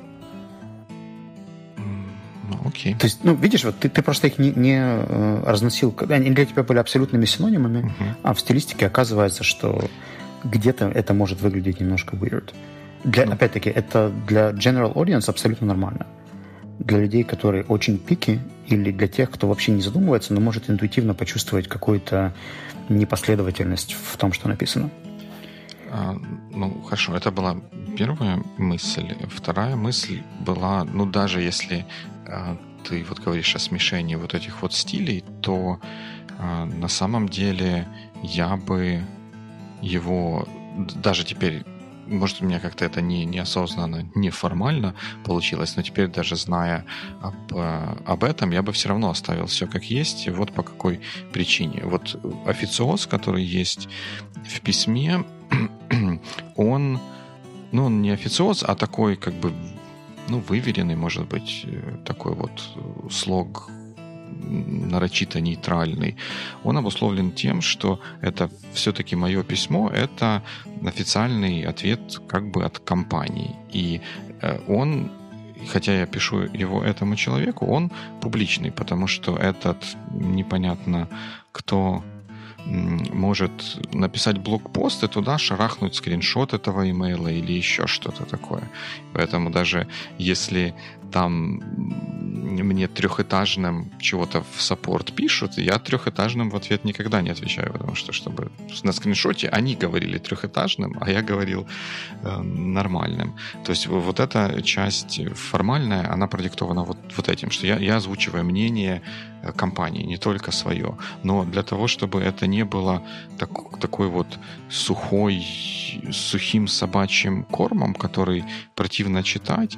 Окей. Okay. То есть, ну, видишь, вот ты, ты просто их не, не э, разносил, они для тебя были абсолютными синонимами, uh-huh. а в стилистике оказывается, что где-то это может выглядеть немножко weird. Для, ну. Опять-таки, это для general audience абсолютно нормально. Для людей, которые очень пики, или для тех, кто вообще не задумывается, но может интуитивно почувствовать какую-то непоследовательность в том, что написано. А, ну, хорошо, это была первая мысль. Вторая мысль была, ну, даже если а, ты вот говоришь о смешении вот этих вот стилей, то а, на самом деле я бы его даже теперь, может, у меня как-то это не, неосознанно, неформально получилось, но теперь даже зная об, об этом, я бы все равно оставил все как есть. Вот по какой причине. Вот официоз, который есть в письме, он, ну, он не официоз, а такой как бы, ну, выверенный, может быть, такой вот слог нарочито нейтральный, он обусловлен тем, что это все-таки мое письмо, это официальный ответ как бы от компании. И он, хотя я пишу его этому человеку, он публичный, потому что этот непонятно кто может написать блогпост и туда шарахнуть скриншот этого имейла или еще что-то такое. Поэтому даже если там мне трехэтажным чего-то в саппорт пишут, я трехэтажным в ответ никогда не отвечаю, потому что, чтобы на скриншоте они говорили трехэтажным, а я говорил э, нормальным. То есть вот эта часть формальная, она продиктована вот, вот этим, что я, я озвучиваю мнение компании, не только свое. Но для того, чтобы это не было так, такой вот сухой, сухим собачьим кормом, который противно читать,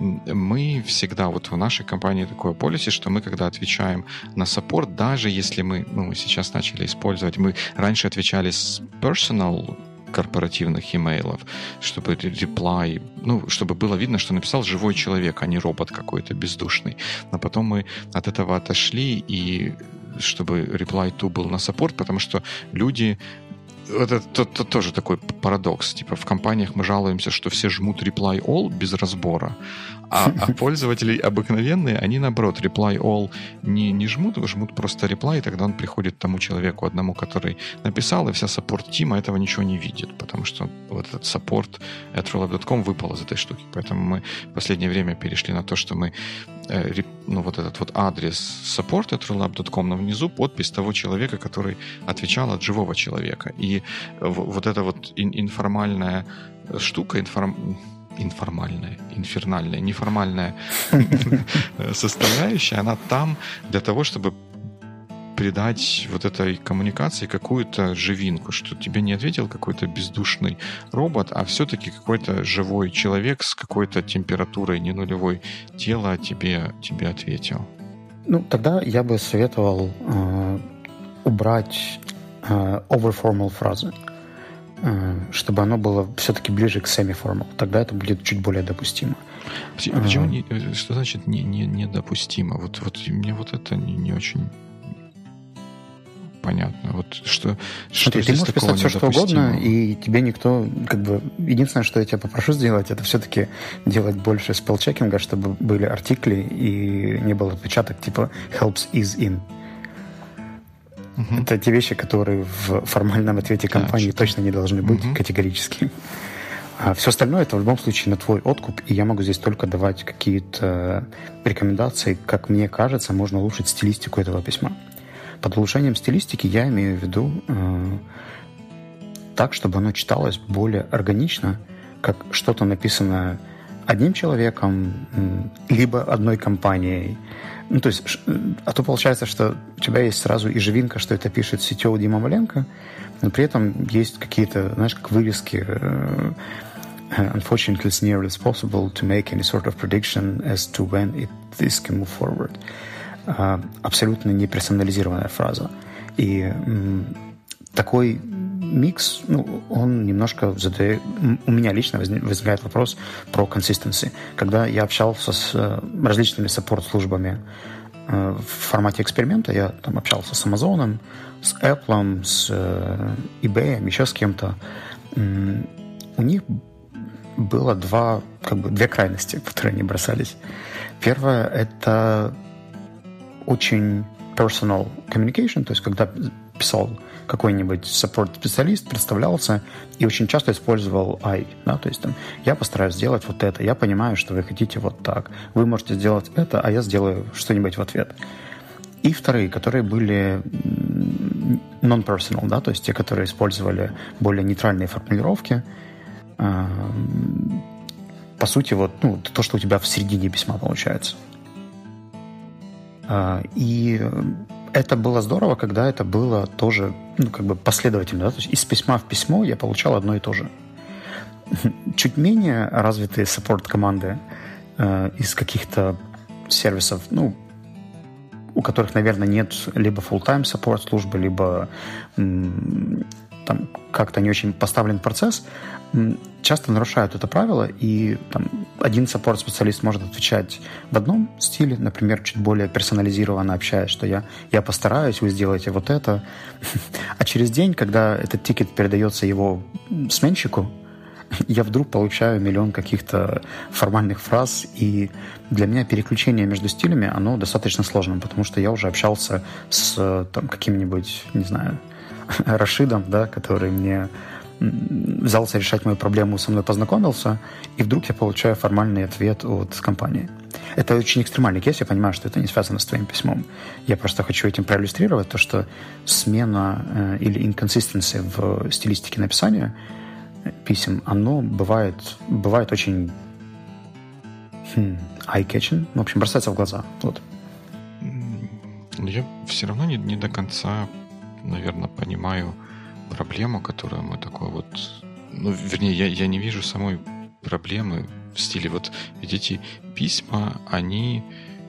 мы всегда, вот в нашей компании такое полиси, что мы, когда отвечаем на саппорт, даже если мы, ну, мы сейчас начали использовать, мы раньше отвечали с personal корпоративных имейлов, чтобы reply, ну, чтобы было видно, что написал живой человек, а не робот какой-то бездушный. Но потом мы от этого отошли, и чтобы reply to был на саппорт, потому что люди... Это, это, это тоже такой парадокс. Типа в компаниях мы жалуемся, что все жмут reply all без разбора, а, а пользователи обыкновенные, они наоборот reply all не, не жмут, жмут просто reply, и тогда он приходит тому человеку одному, который написал, и вся саппорт-тима этого ничего не видит, потому что вот этот саппорт at rollup точка com выпал из этой штуки. Поэтому мы в последнее время перешли на то, что мы э, ну, вот этот вот адрес support at rollup точка com, но внизу подпись того человека, который отвечал от живого человека. И вот эта вот информальная штука, информ... информальная, инфернальная, неформальная составляющая, она там для того, чтобы придать вот этой коммуникации какую-то живинку, что тебе не ответил какой-то бездушный робот, а все-таки какой-то живой человек с какой-то температурой не нулевой тела тебе, тебе ответил. Ну, тогда я бы советовал э, убрать э, overformal фразы, э, чтобы оно было все-таки ближе к semi-formal. Тогда это будет чуть более допустимо. Почему а, не, что значит не, не, недопустимо? Вот, вот мне вот это не, не очень понятно. Вот что, Смотри, что ты можешь писать все, что угодно, и тебе никто, как бы, единственное, что я тебя попрошу сделать, это все-таки делать больше спелчекинга, чтобы были артикли и не был отпечаток типа helps is in. Uh-huh. Это те вещи, которые в формальном ответе компании да, точно не должны быть uh-huh. категорически. А все остальное это в любом случае на твой откуп, и я могу здесь только давать какие-то рекомендации, как мне кажется, можно улучшить стилистику этого письма. Под улучшением стилистики я имею в виду э, так, чтобы оно читалось более органично, как что-то написано одним человеком, либо одной компанией. Ну, то есть, а то получается, что у тебя есть сразу и живинка, что это пишет си ти о Дима Маленко, но при этом есть какие-то, знаешь, как вырезки э, Unfortunately, it's nearly impossible to make any sort of prediction as to when it, this can move forward. Абсолютно неперсонализированная фраза. И м, такой микс, ну, он немножко задает... У меня лично возникает вопрос про consistency. Когда я общался с различными саппорт-службами в формате эксперимента, я там общался с Amazon, с Apple, с eBay, еще с кем-то, у них было два, как бы, две крайности, в которые они бросались. Первое — это очень personal communication, то есть когда писал какой-нибудь support-специалист, представлялся и очень часто использовал I, да, то есть там, я постараюсь сделать вот это, я понимаю, что вы хотите вот так, вы можете сделать это, а я сделаю что-нибудь в ответ. И вторые, которые были non-personal, да, то есть те, которые использовали более нейтральные формулировки, по сути, вот, ну, то, что у тебя в середине письма получается. И это было здорово, когда это было тоже, ну, как бы последовательно. Да? То есть из письма в письмо я получал одно и то же. Чуть менее развитые саппорт-команды э, из каких-то сервисов, ну, у которых, наверное, нет либо full-time саппорт-службы, либо м, там как-то не очень поставлен процесс, м, часто нарушают это правило, и там один саппорт-специалист может отвечать в одном стиле, например, чуть более персонализированно общаясь, что я, я постараюсь, вы сделаете вот это. А через день, когда этот тикет передается его сменщику, я вдруг получаю миллион каких-то формальных фраз, и для меня переключение между стилями, оно достаточно сложным, потому что я уже общался с там, каким-нибудь, не знаю, Рашидом, да, который мне взялся решать мою проблему, со мной познакомился, и вдруг я получаю формальный ответ от компании. Это очень экстремальный кейс, я понимаю, что это не связано с твоим письмом. Я просто хочу этим проиллюстрировать то, что смена э, или inconsistency в стилистике написания писем, оно бывает, бывает очень хм, eye-catching, в общем, бросается в глаза. Вот. Я все равно не, не до конца, наверное, понимаю проблему, которую мы такой вот... Ну, вернее, я, я не вижу самой проблемы в стиле вот... Ведь эти письма, они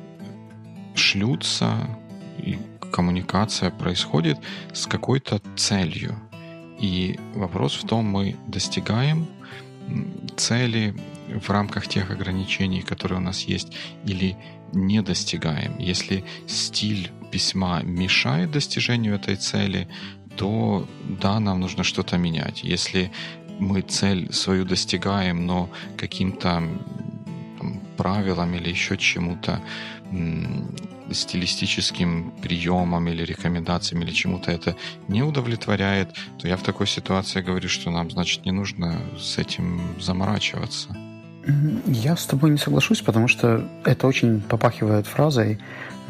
шлются, и коммуникация происходит с какой-то целью. И вопрос в том, мы достигаем цели в рамках тех ограничений, которые у нас есть, или не достигаем. Если стиль письма мешает достижению этой цели, то да, нам нужно что-то менять. Если мы цель свою достигаем, но каким-то там, правилам или еще чему-то м- стилистическим приемам или рекомендациям или чему-то это не удовлетворяет, то я в такой ситуации говорю, что нам, значит, не нужно с этим заморачиваться. Я с тобой не соглашусь, потому что это очень попахивает фразой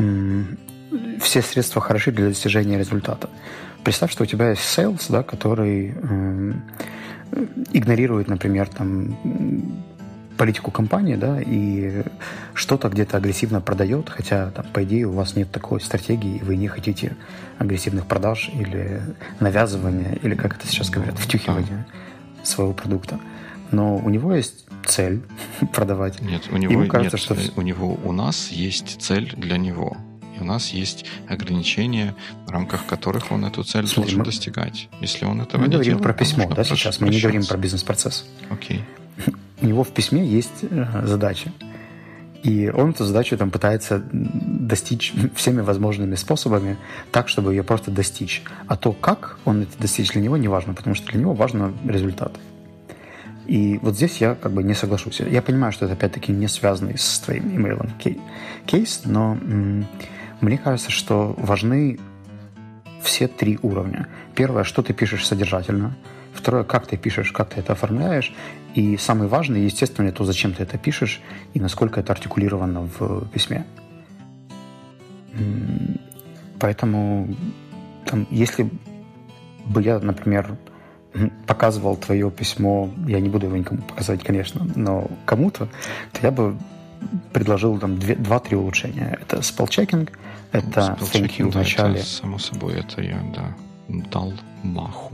«все средства хороши для достижения результата». Представь, что у тебя есть sales, да, который э, игнорирует, например, там, политику компании, да, и что-то где-то агрессивно продает, хотя, там, по идее, у вас нет такой стратегии, и вы не хотите агрессивных продаж или навязывания, или, как это сейчас говорят, втюхивания своего продукта. Но у него есть цель продавать. Нет, у него Ему кажется, нет, что... у него, у нас есть цель для него. И у нас есть ограничения, в рамках которых он эту цель Смотри, должен мы... достигать. Если он этого мы не говорим делает, про письмо, да, сейчас? Мы не говорим про бизнес-процесс. Окей. У него в письме есть задача. И он эту задачу там пытается достичь всеми возможными способами так, чтобы ее просто достичь. А то, как он это достичь, для него не важно, потому что для него важен результат. И вот здесь я как бы не соглашусь. Я понимаю, что это опять-таки не связанный с твоим имейлом кейс, но м- мне кажется, что важны все три уровня. Первое, что ты пишешь содержательно. Второе, как ты пишешь, как ты это оформляешь. И самый важный, естественно, то, зачем ты это пишешь и насколько это артикулировано в письме. Поэтому, там, если бы я, например, показывал твое письмо, я не буду его никому показывать, конечно, но кому-то, то я бы предложил там два-три улучшения. Это spell-checking, это thank you в начале. Это, само собой, это я, да, дал маху.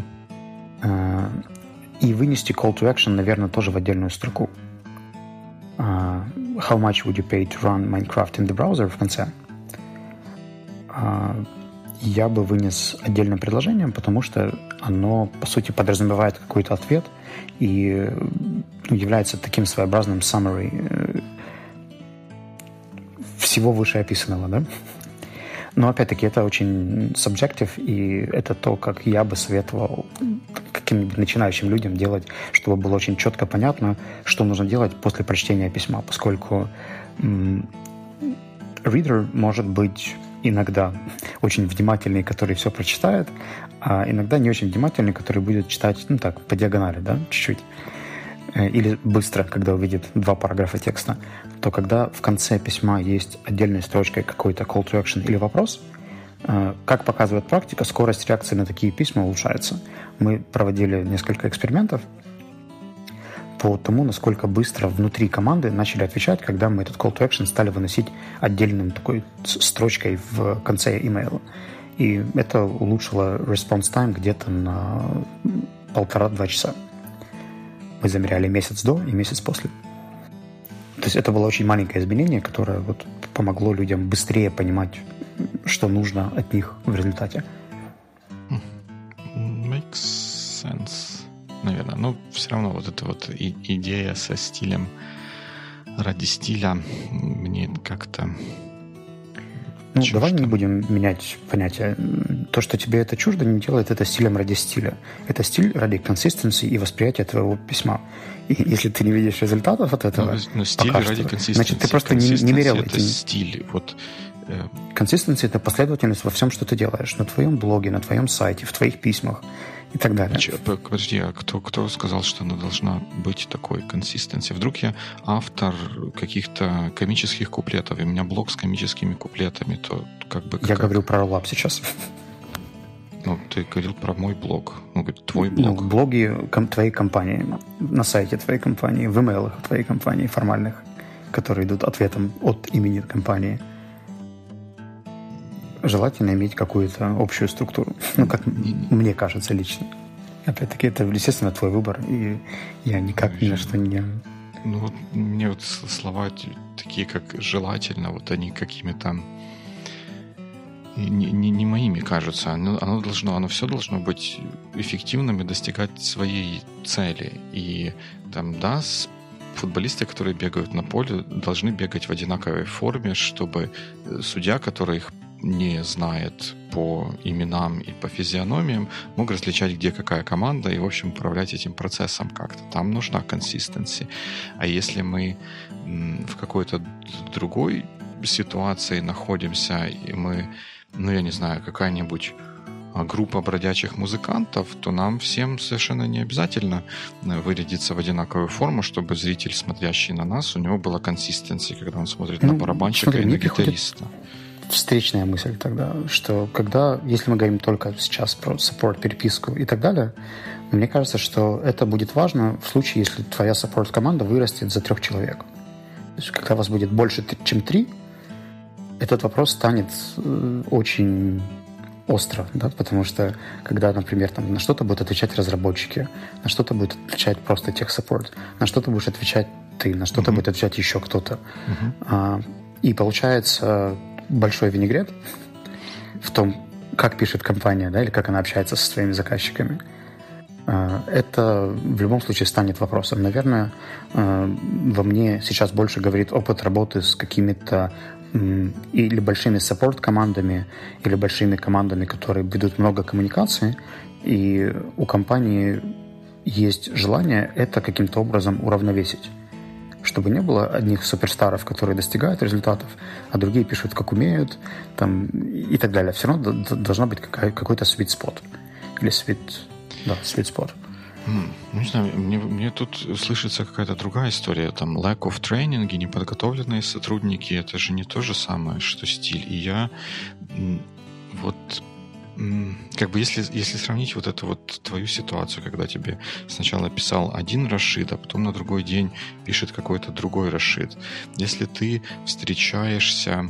И вынести call to action, наверное, тоже в отдельную строку. Uh, how much would you pay to run Minecraft in the browser в конце? Uh, я бы вынес отдельным предложением, потому что оно, по сути, подразумевает какой-то ответ и ну, является таким своеобразным summary uh, всего вышеописанного, да? Но, опять-таки, это очень subjective, и это то, как я бы советовал каким-нибудь начинающим людям делать, чтобы было очень четко понятно, что нужно делать после прочтения письма, поскольку м- reader может быть иногда очень внимательный, который все прочитает, а иногда не очень внимательный, который будет читать, ну так, по диагонали, да, чуть-чуть. Или быстро, когда увидит два параграфа текста, то когда в конце письма есть отдельной строчкой какой-то call to action или вопрос, как показывает практика, скорость реакции на такие письма улучшается. Мы проводили несколько экспериментов по тому, насколько быстро внутри команды начали отвечать, когда мы этот call to action стали выносить отдельным такой строчкой в конце имейла. И это улучшило response time где-то на полтора-два часа. Мы замеряли месяц до и месяц после. То есть это было очень маленькое изменение, которое вот помогло людям быстрее понимать, что нужно от них в результате. Makes sense. Наверное. Но все равно вот эта вот и- идея со стилем ради стиля мне как-то... Ну, чуждо. давай не будем менять понятие. То, что тебе это чуждо, не делает это стилем ради стиля. Это стиль ради консистенции и восприятия твоего письма. И если ты не видишь результатов от этого, но, но стиль ради консистенции. значит, ты просто не, не мерял это этим. стиль. Вот, Консистенция — это последовательность во всем, что ты делаешь. На твоем блоге, на твоем сайте, в твоих письмах. и так далее. Че, подожди, а кто, кто сказал, что она должна быть такой консистенцией? Вдруг я автор каких-то комических куплетов, и у меня блог с комическими куплетами, то как бы... Я как... говорю про Rollup сейчас. Ну, ты говорил про мой блог. Ну, твой блог. Ну, блоги ком- твоей компании, на сайте твоей компании, в имейлах твоей компании формальных, которые идут ответом от имени компании. Желательно иметь какую-то общую структуру. Ну, как мне кажется лично. Опять-таки, это, естественно, твой выбор, и я никак ни на что не... Ну, вот мне вот слова такие, как «желательно», вот они какими-то не, не, не моими кажутся. Оно, оно должно, оно все должно быть эффективным и достигать своей цели. И там, да, футболисты, которые бегают на поле, должны бегать в одинаковой форме, чтобы судья, который их не знает по именам и по физиономиям, мог различать, где какая команда, и, в общем, управлять этим процессом как-то. Там нужна консистенция. А если мы в какой-то другой ситуации находимся, и мы, ну, я не знаю, какая-нибудь группа бродячих музыкантов, то нам всем совершенно не обязательно вырядиться в одинаковую форму, чтобы зритель, смотрящий на нас, у него была консистенция, когда он смотрит ну, на барабанщика смотри, и на гитариста. Встречная мысль тогда, что когда, если мы говорим только сейчас про саппорт, переписку и так далее, мне кажется, что это будет важно в случае, если твоя саппорт-команда вырастет за трех человек. То есть, когда вас будет больше, чем три, этот вопрос станет очень остро, да, потому что когда, например, там, на что-то будут отвечать разработчики, на что-то будет отвечать просто тех-саппорт, на что-то будешь отвечать ты, на что-то mm-hmm. будет отвечать еще кто-то. Mm-hmm. А, и получается большой винегрет в том, как пишет компания, да, или как она общается со своими заказчиками. Это в любом случае станет вопросом. Наверное, во мне сейчас больше говорит опыт работы с какими-то или большими саппорт-командами, или большими командами, которые ведут много коммуникаций, и у компании есть желание это каким-то образом уравновесить. Чтобы не было одних суперстаров, которые достигают результатов, а другие пишут, как умеют, там, и так далее. Все равно должна быть какая- какой-то sweet spot. Или sweet... Да, sweet spot. Mm, ну, не знаю, мне, мне тут слышится какая-то другая история. Там lack of training и неподготовленные сотрудники, это же не то же самое, что стиль. И я вот... Как бы если, если сравнить вот эту вот твою ситуацию, когда тебе сначала писал один Рашид, а потом на другой день пишет какой-то другой Рашид. Если ты встречаешься,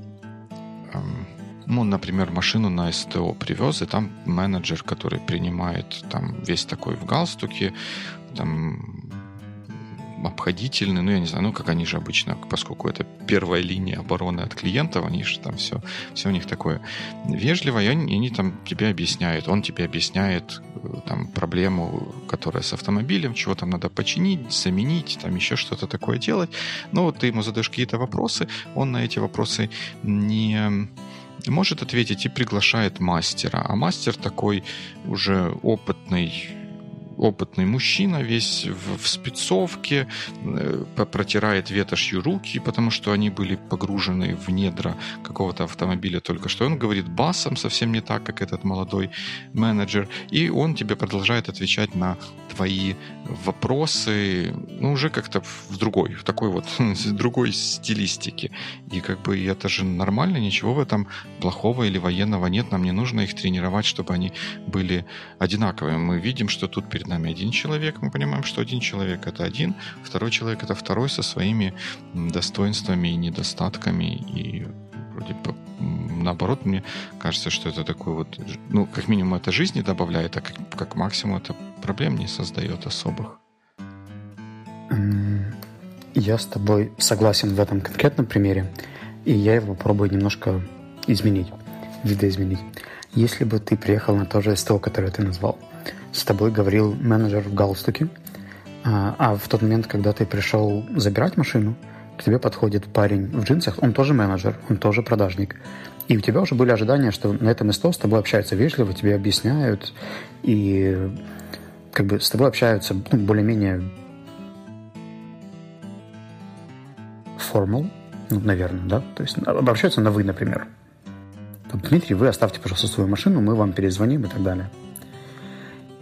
эм, ну, например, машину на СТО привез, и там менеджер, который принимает там весь такой в галстуке, там обходительный, ну, я не знаю, ну, как они же обычно, поскольку это первая линия обороны от клиентов, они же там все, все у них такое вежливое, и они, они там тебе объясняют, он тебе объясняет там проблему, которая с автомобилем, чего там надо починить, заменить, там еще что-то такое делать. Ну, вот ты ему задаешь какие-то вопросы, он на эти вопросы не может ответить и приглашает мастера, а мастер такой уже опытный, опытный мужчина, весь в, в спецовке, э, протирает ветошью руки, потому что они были погружены в недра какого-то автомобиля только что. Он говорит басом совсем не так, как этот молодой менеджер, и он тебе продолжает отвечать на твои вопросы, ну, уже как-то в другой, в такой вот в другой стилистике. И как бы это же нормально, ничего в этом плохого или военного нет, нам не нужно их тренировать, чтобы они были одинаковыми. Мы видим, что тут перед нами один человек, мы понимаем, что один человек это один, второй человек это второй со своими достоинствами и недостатками, и вроде бы наоборот, мне кажется, что это такой вот, ну, как минимум это жизни добавляет, а как, как максимум это проблем не создает особых. Я с тобой согласен в этом конкретном примере, и я его попробую немножко изменить, видоизменить. Если бы ты приехал на то же СТО, которое ты назвал, с тобой говорил менеджер в галстуке, а, а в тот момент, когда ты пришел забирать машину, к тебе подходит парень в джинсах, он тоже менеджер, он тоже продажник. И у тебя уже были ожидания, что на этом СТО с тобой общаются вежливо, тебе объясняют, и как бы с тобой общаются, ну, более-менее formal, ну, наверное, да? То есть обращаются на «вы», например. Дмитрий, вы оставьте, пожалуйста, свою машину, мы вам перезвоним и так далее.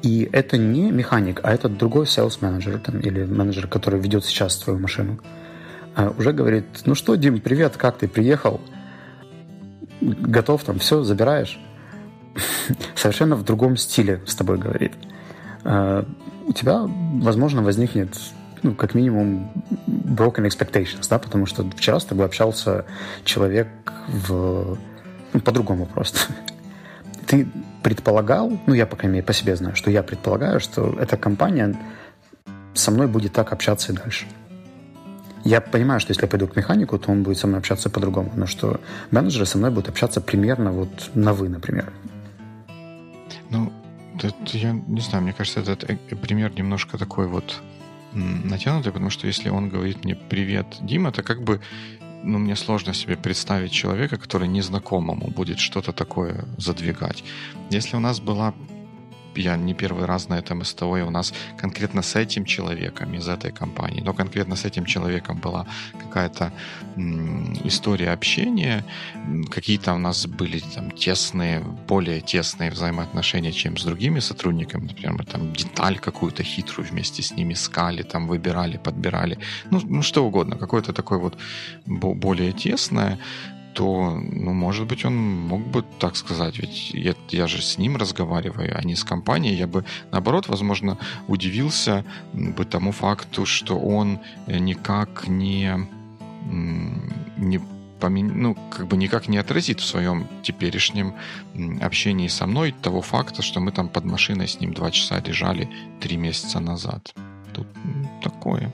И это не механик, а это другой sales менеджер там, или менеджер, который ведет сейчас твою машину. А уже говорит: ну что, Дим, привет, как ты, приехал? Готов там, все, забираешь? Совершенно в другом стиле с тобой говорит. А у тебя, возможно, возникнет, ну, как минимум, broken expectations, да, потому что вчера с тобой общался человек в... ну, по-другому просто. Ты предполагал, ну, я, по крайней мере, по себе знаю, что я предполагаю, что эта компания со мной будет так общаться и дальше. Я понимаю, что если я пойду к механику, то он будет со мной общаться по-другому, но что менеджеры со мной будут общаться примерно вот на «вы», например. Ну, это, я не знаю, мне кажется, этот пример немножко такой вот натянутый, потому что если он говорит мне «Привет, Дима», это как бы, ну, мне сложно себе представить человека, который незнакомому будет что-то такое задвигать. Если у нас была, я не первый раз на этом СТО, и у нас конкретно с этим человеком из этой компании, но конкретно с этим человеком была какая-то м, история общения, какие-то у нас были там тесные, более тесные взаимоотношения, чем с другими сотрудниками. Например, мы там деталь какую-то хитрую вместе с ними искали, там выбирали, подбирали, ну, ну что угодно, какое-то такое вот более тесное, то, ну, может быть, он мог бы так сказать, ведь я, я же с ним разговариваю, а не с компанией. Я бы, наоборот, возможно, удивился бы тому факту, что он никак не, не помен... ну, как бы никак не отразит в своем теперешнем общении со мной того факта, что мы там под машиной с ним два часа лежали три месяца назад. Тут такое.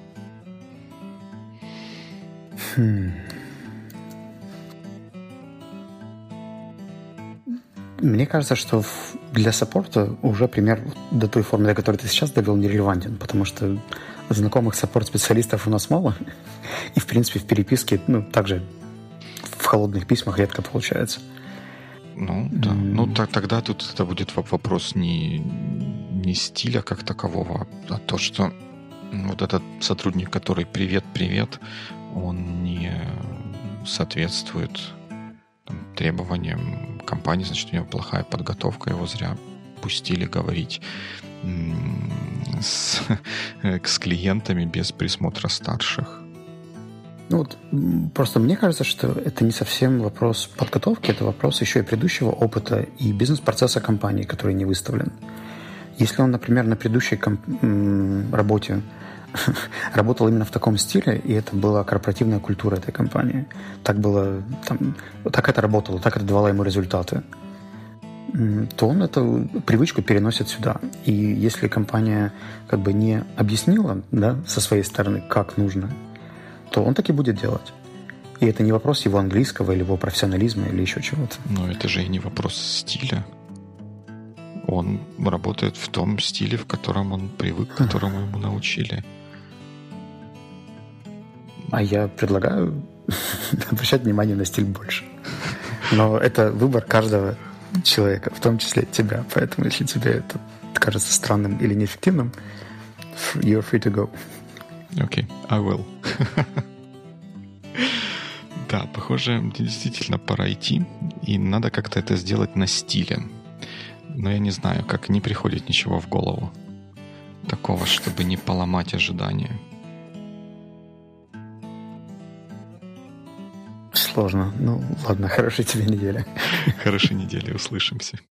Хм... Мне кажется, что для саппорта уже пример до той формы, до которой ты сейчас довел, нерелевантен, потому что знакомых саппорт-специалистов у нас мало, и, в принципе, в переписке, ну, также в холодных письмах редко получается. Ну, да. Mm. Ну, так, тогда тут это будет вопрос не, не стиля как такового, а то, что вот этот сотрудник, который «привет-привет», он не соответствует требованиям компании, значит, у него плохая подготовка, его зря пустили говорить с, с клиентами без присмотра старших. Ну вот, просто мне кажется, что это не совсем вопрос подготовки, это вопрос еще и предыдущего опыта и бизнес-процесса компании, который не выставлен. Если он, например, на предыдущей комп- работе работал именно в таком стиле, и это была корпоративная культура этой компании. Так было, там, так это работало, так это давало ему результаты. То он эту привычку переносит сюда. И если компания как бы не объяснила, да, со своей стороны, как нужно, то он так и будет делать. И это не вопрос его английского или его профессионализма или еще чего-то. Но это же и не вопрос стиля. Он работает в том стиле, в котором он привык, к которому ему научили. А я предлагаю обращать внимание на стиль больше. Но это выбор каждого человека, в том числе тебя. Поэтому, если тебе это кажется странным или неэффективным, you're free to go. Окей, okay, I will. Да, похоже, действительно пора идти. И надо как-то это сделать на стиле. Но я не знаю, как не приходит ничего в голову такого, чтобы не поломать ожидания. Сложно. Ну, ладно, хорошей тебе недели. Хорошей недели, услышимся.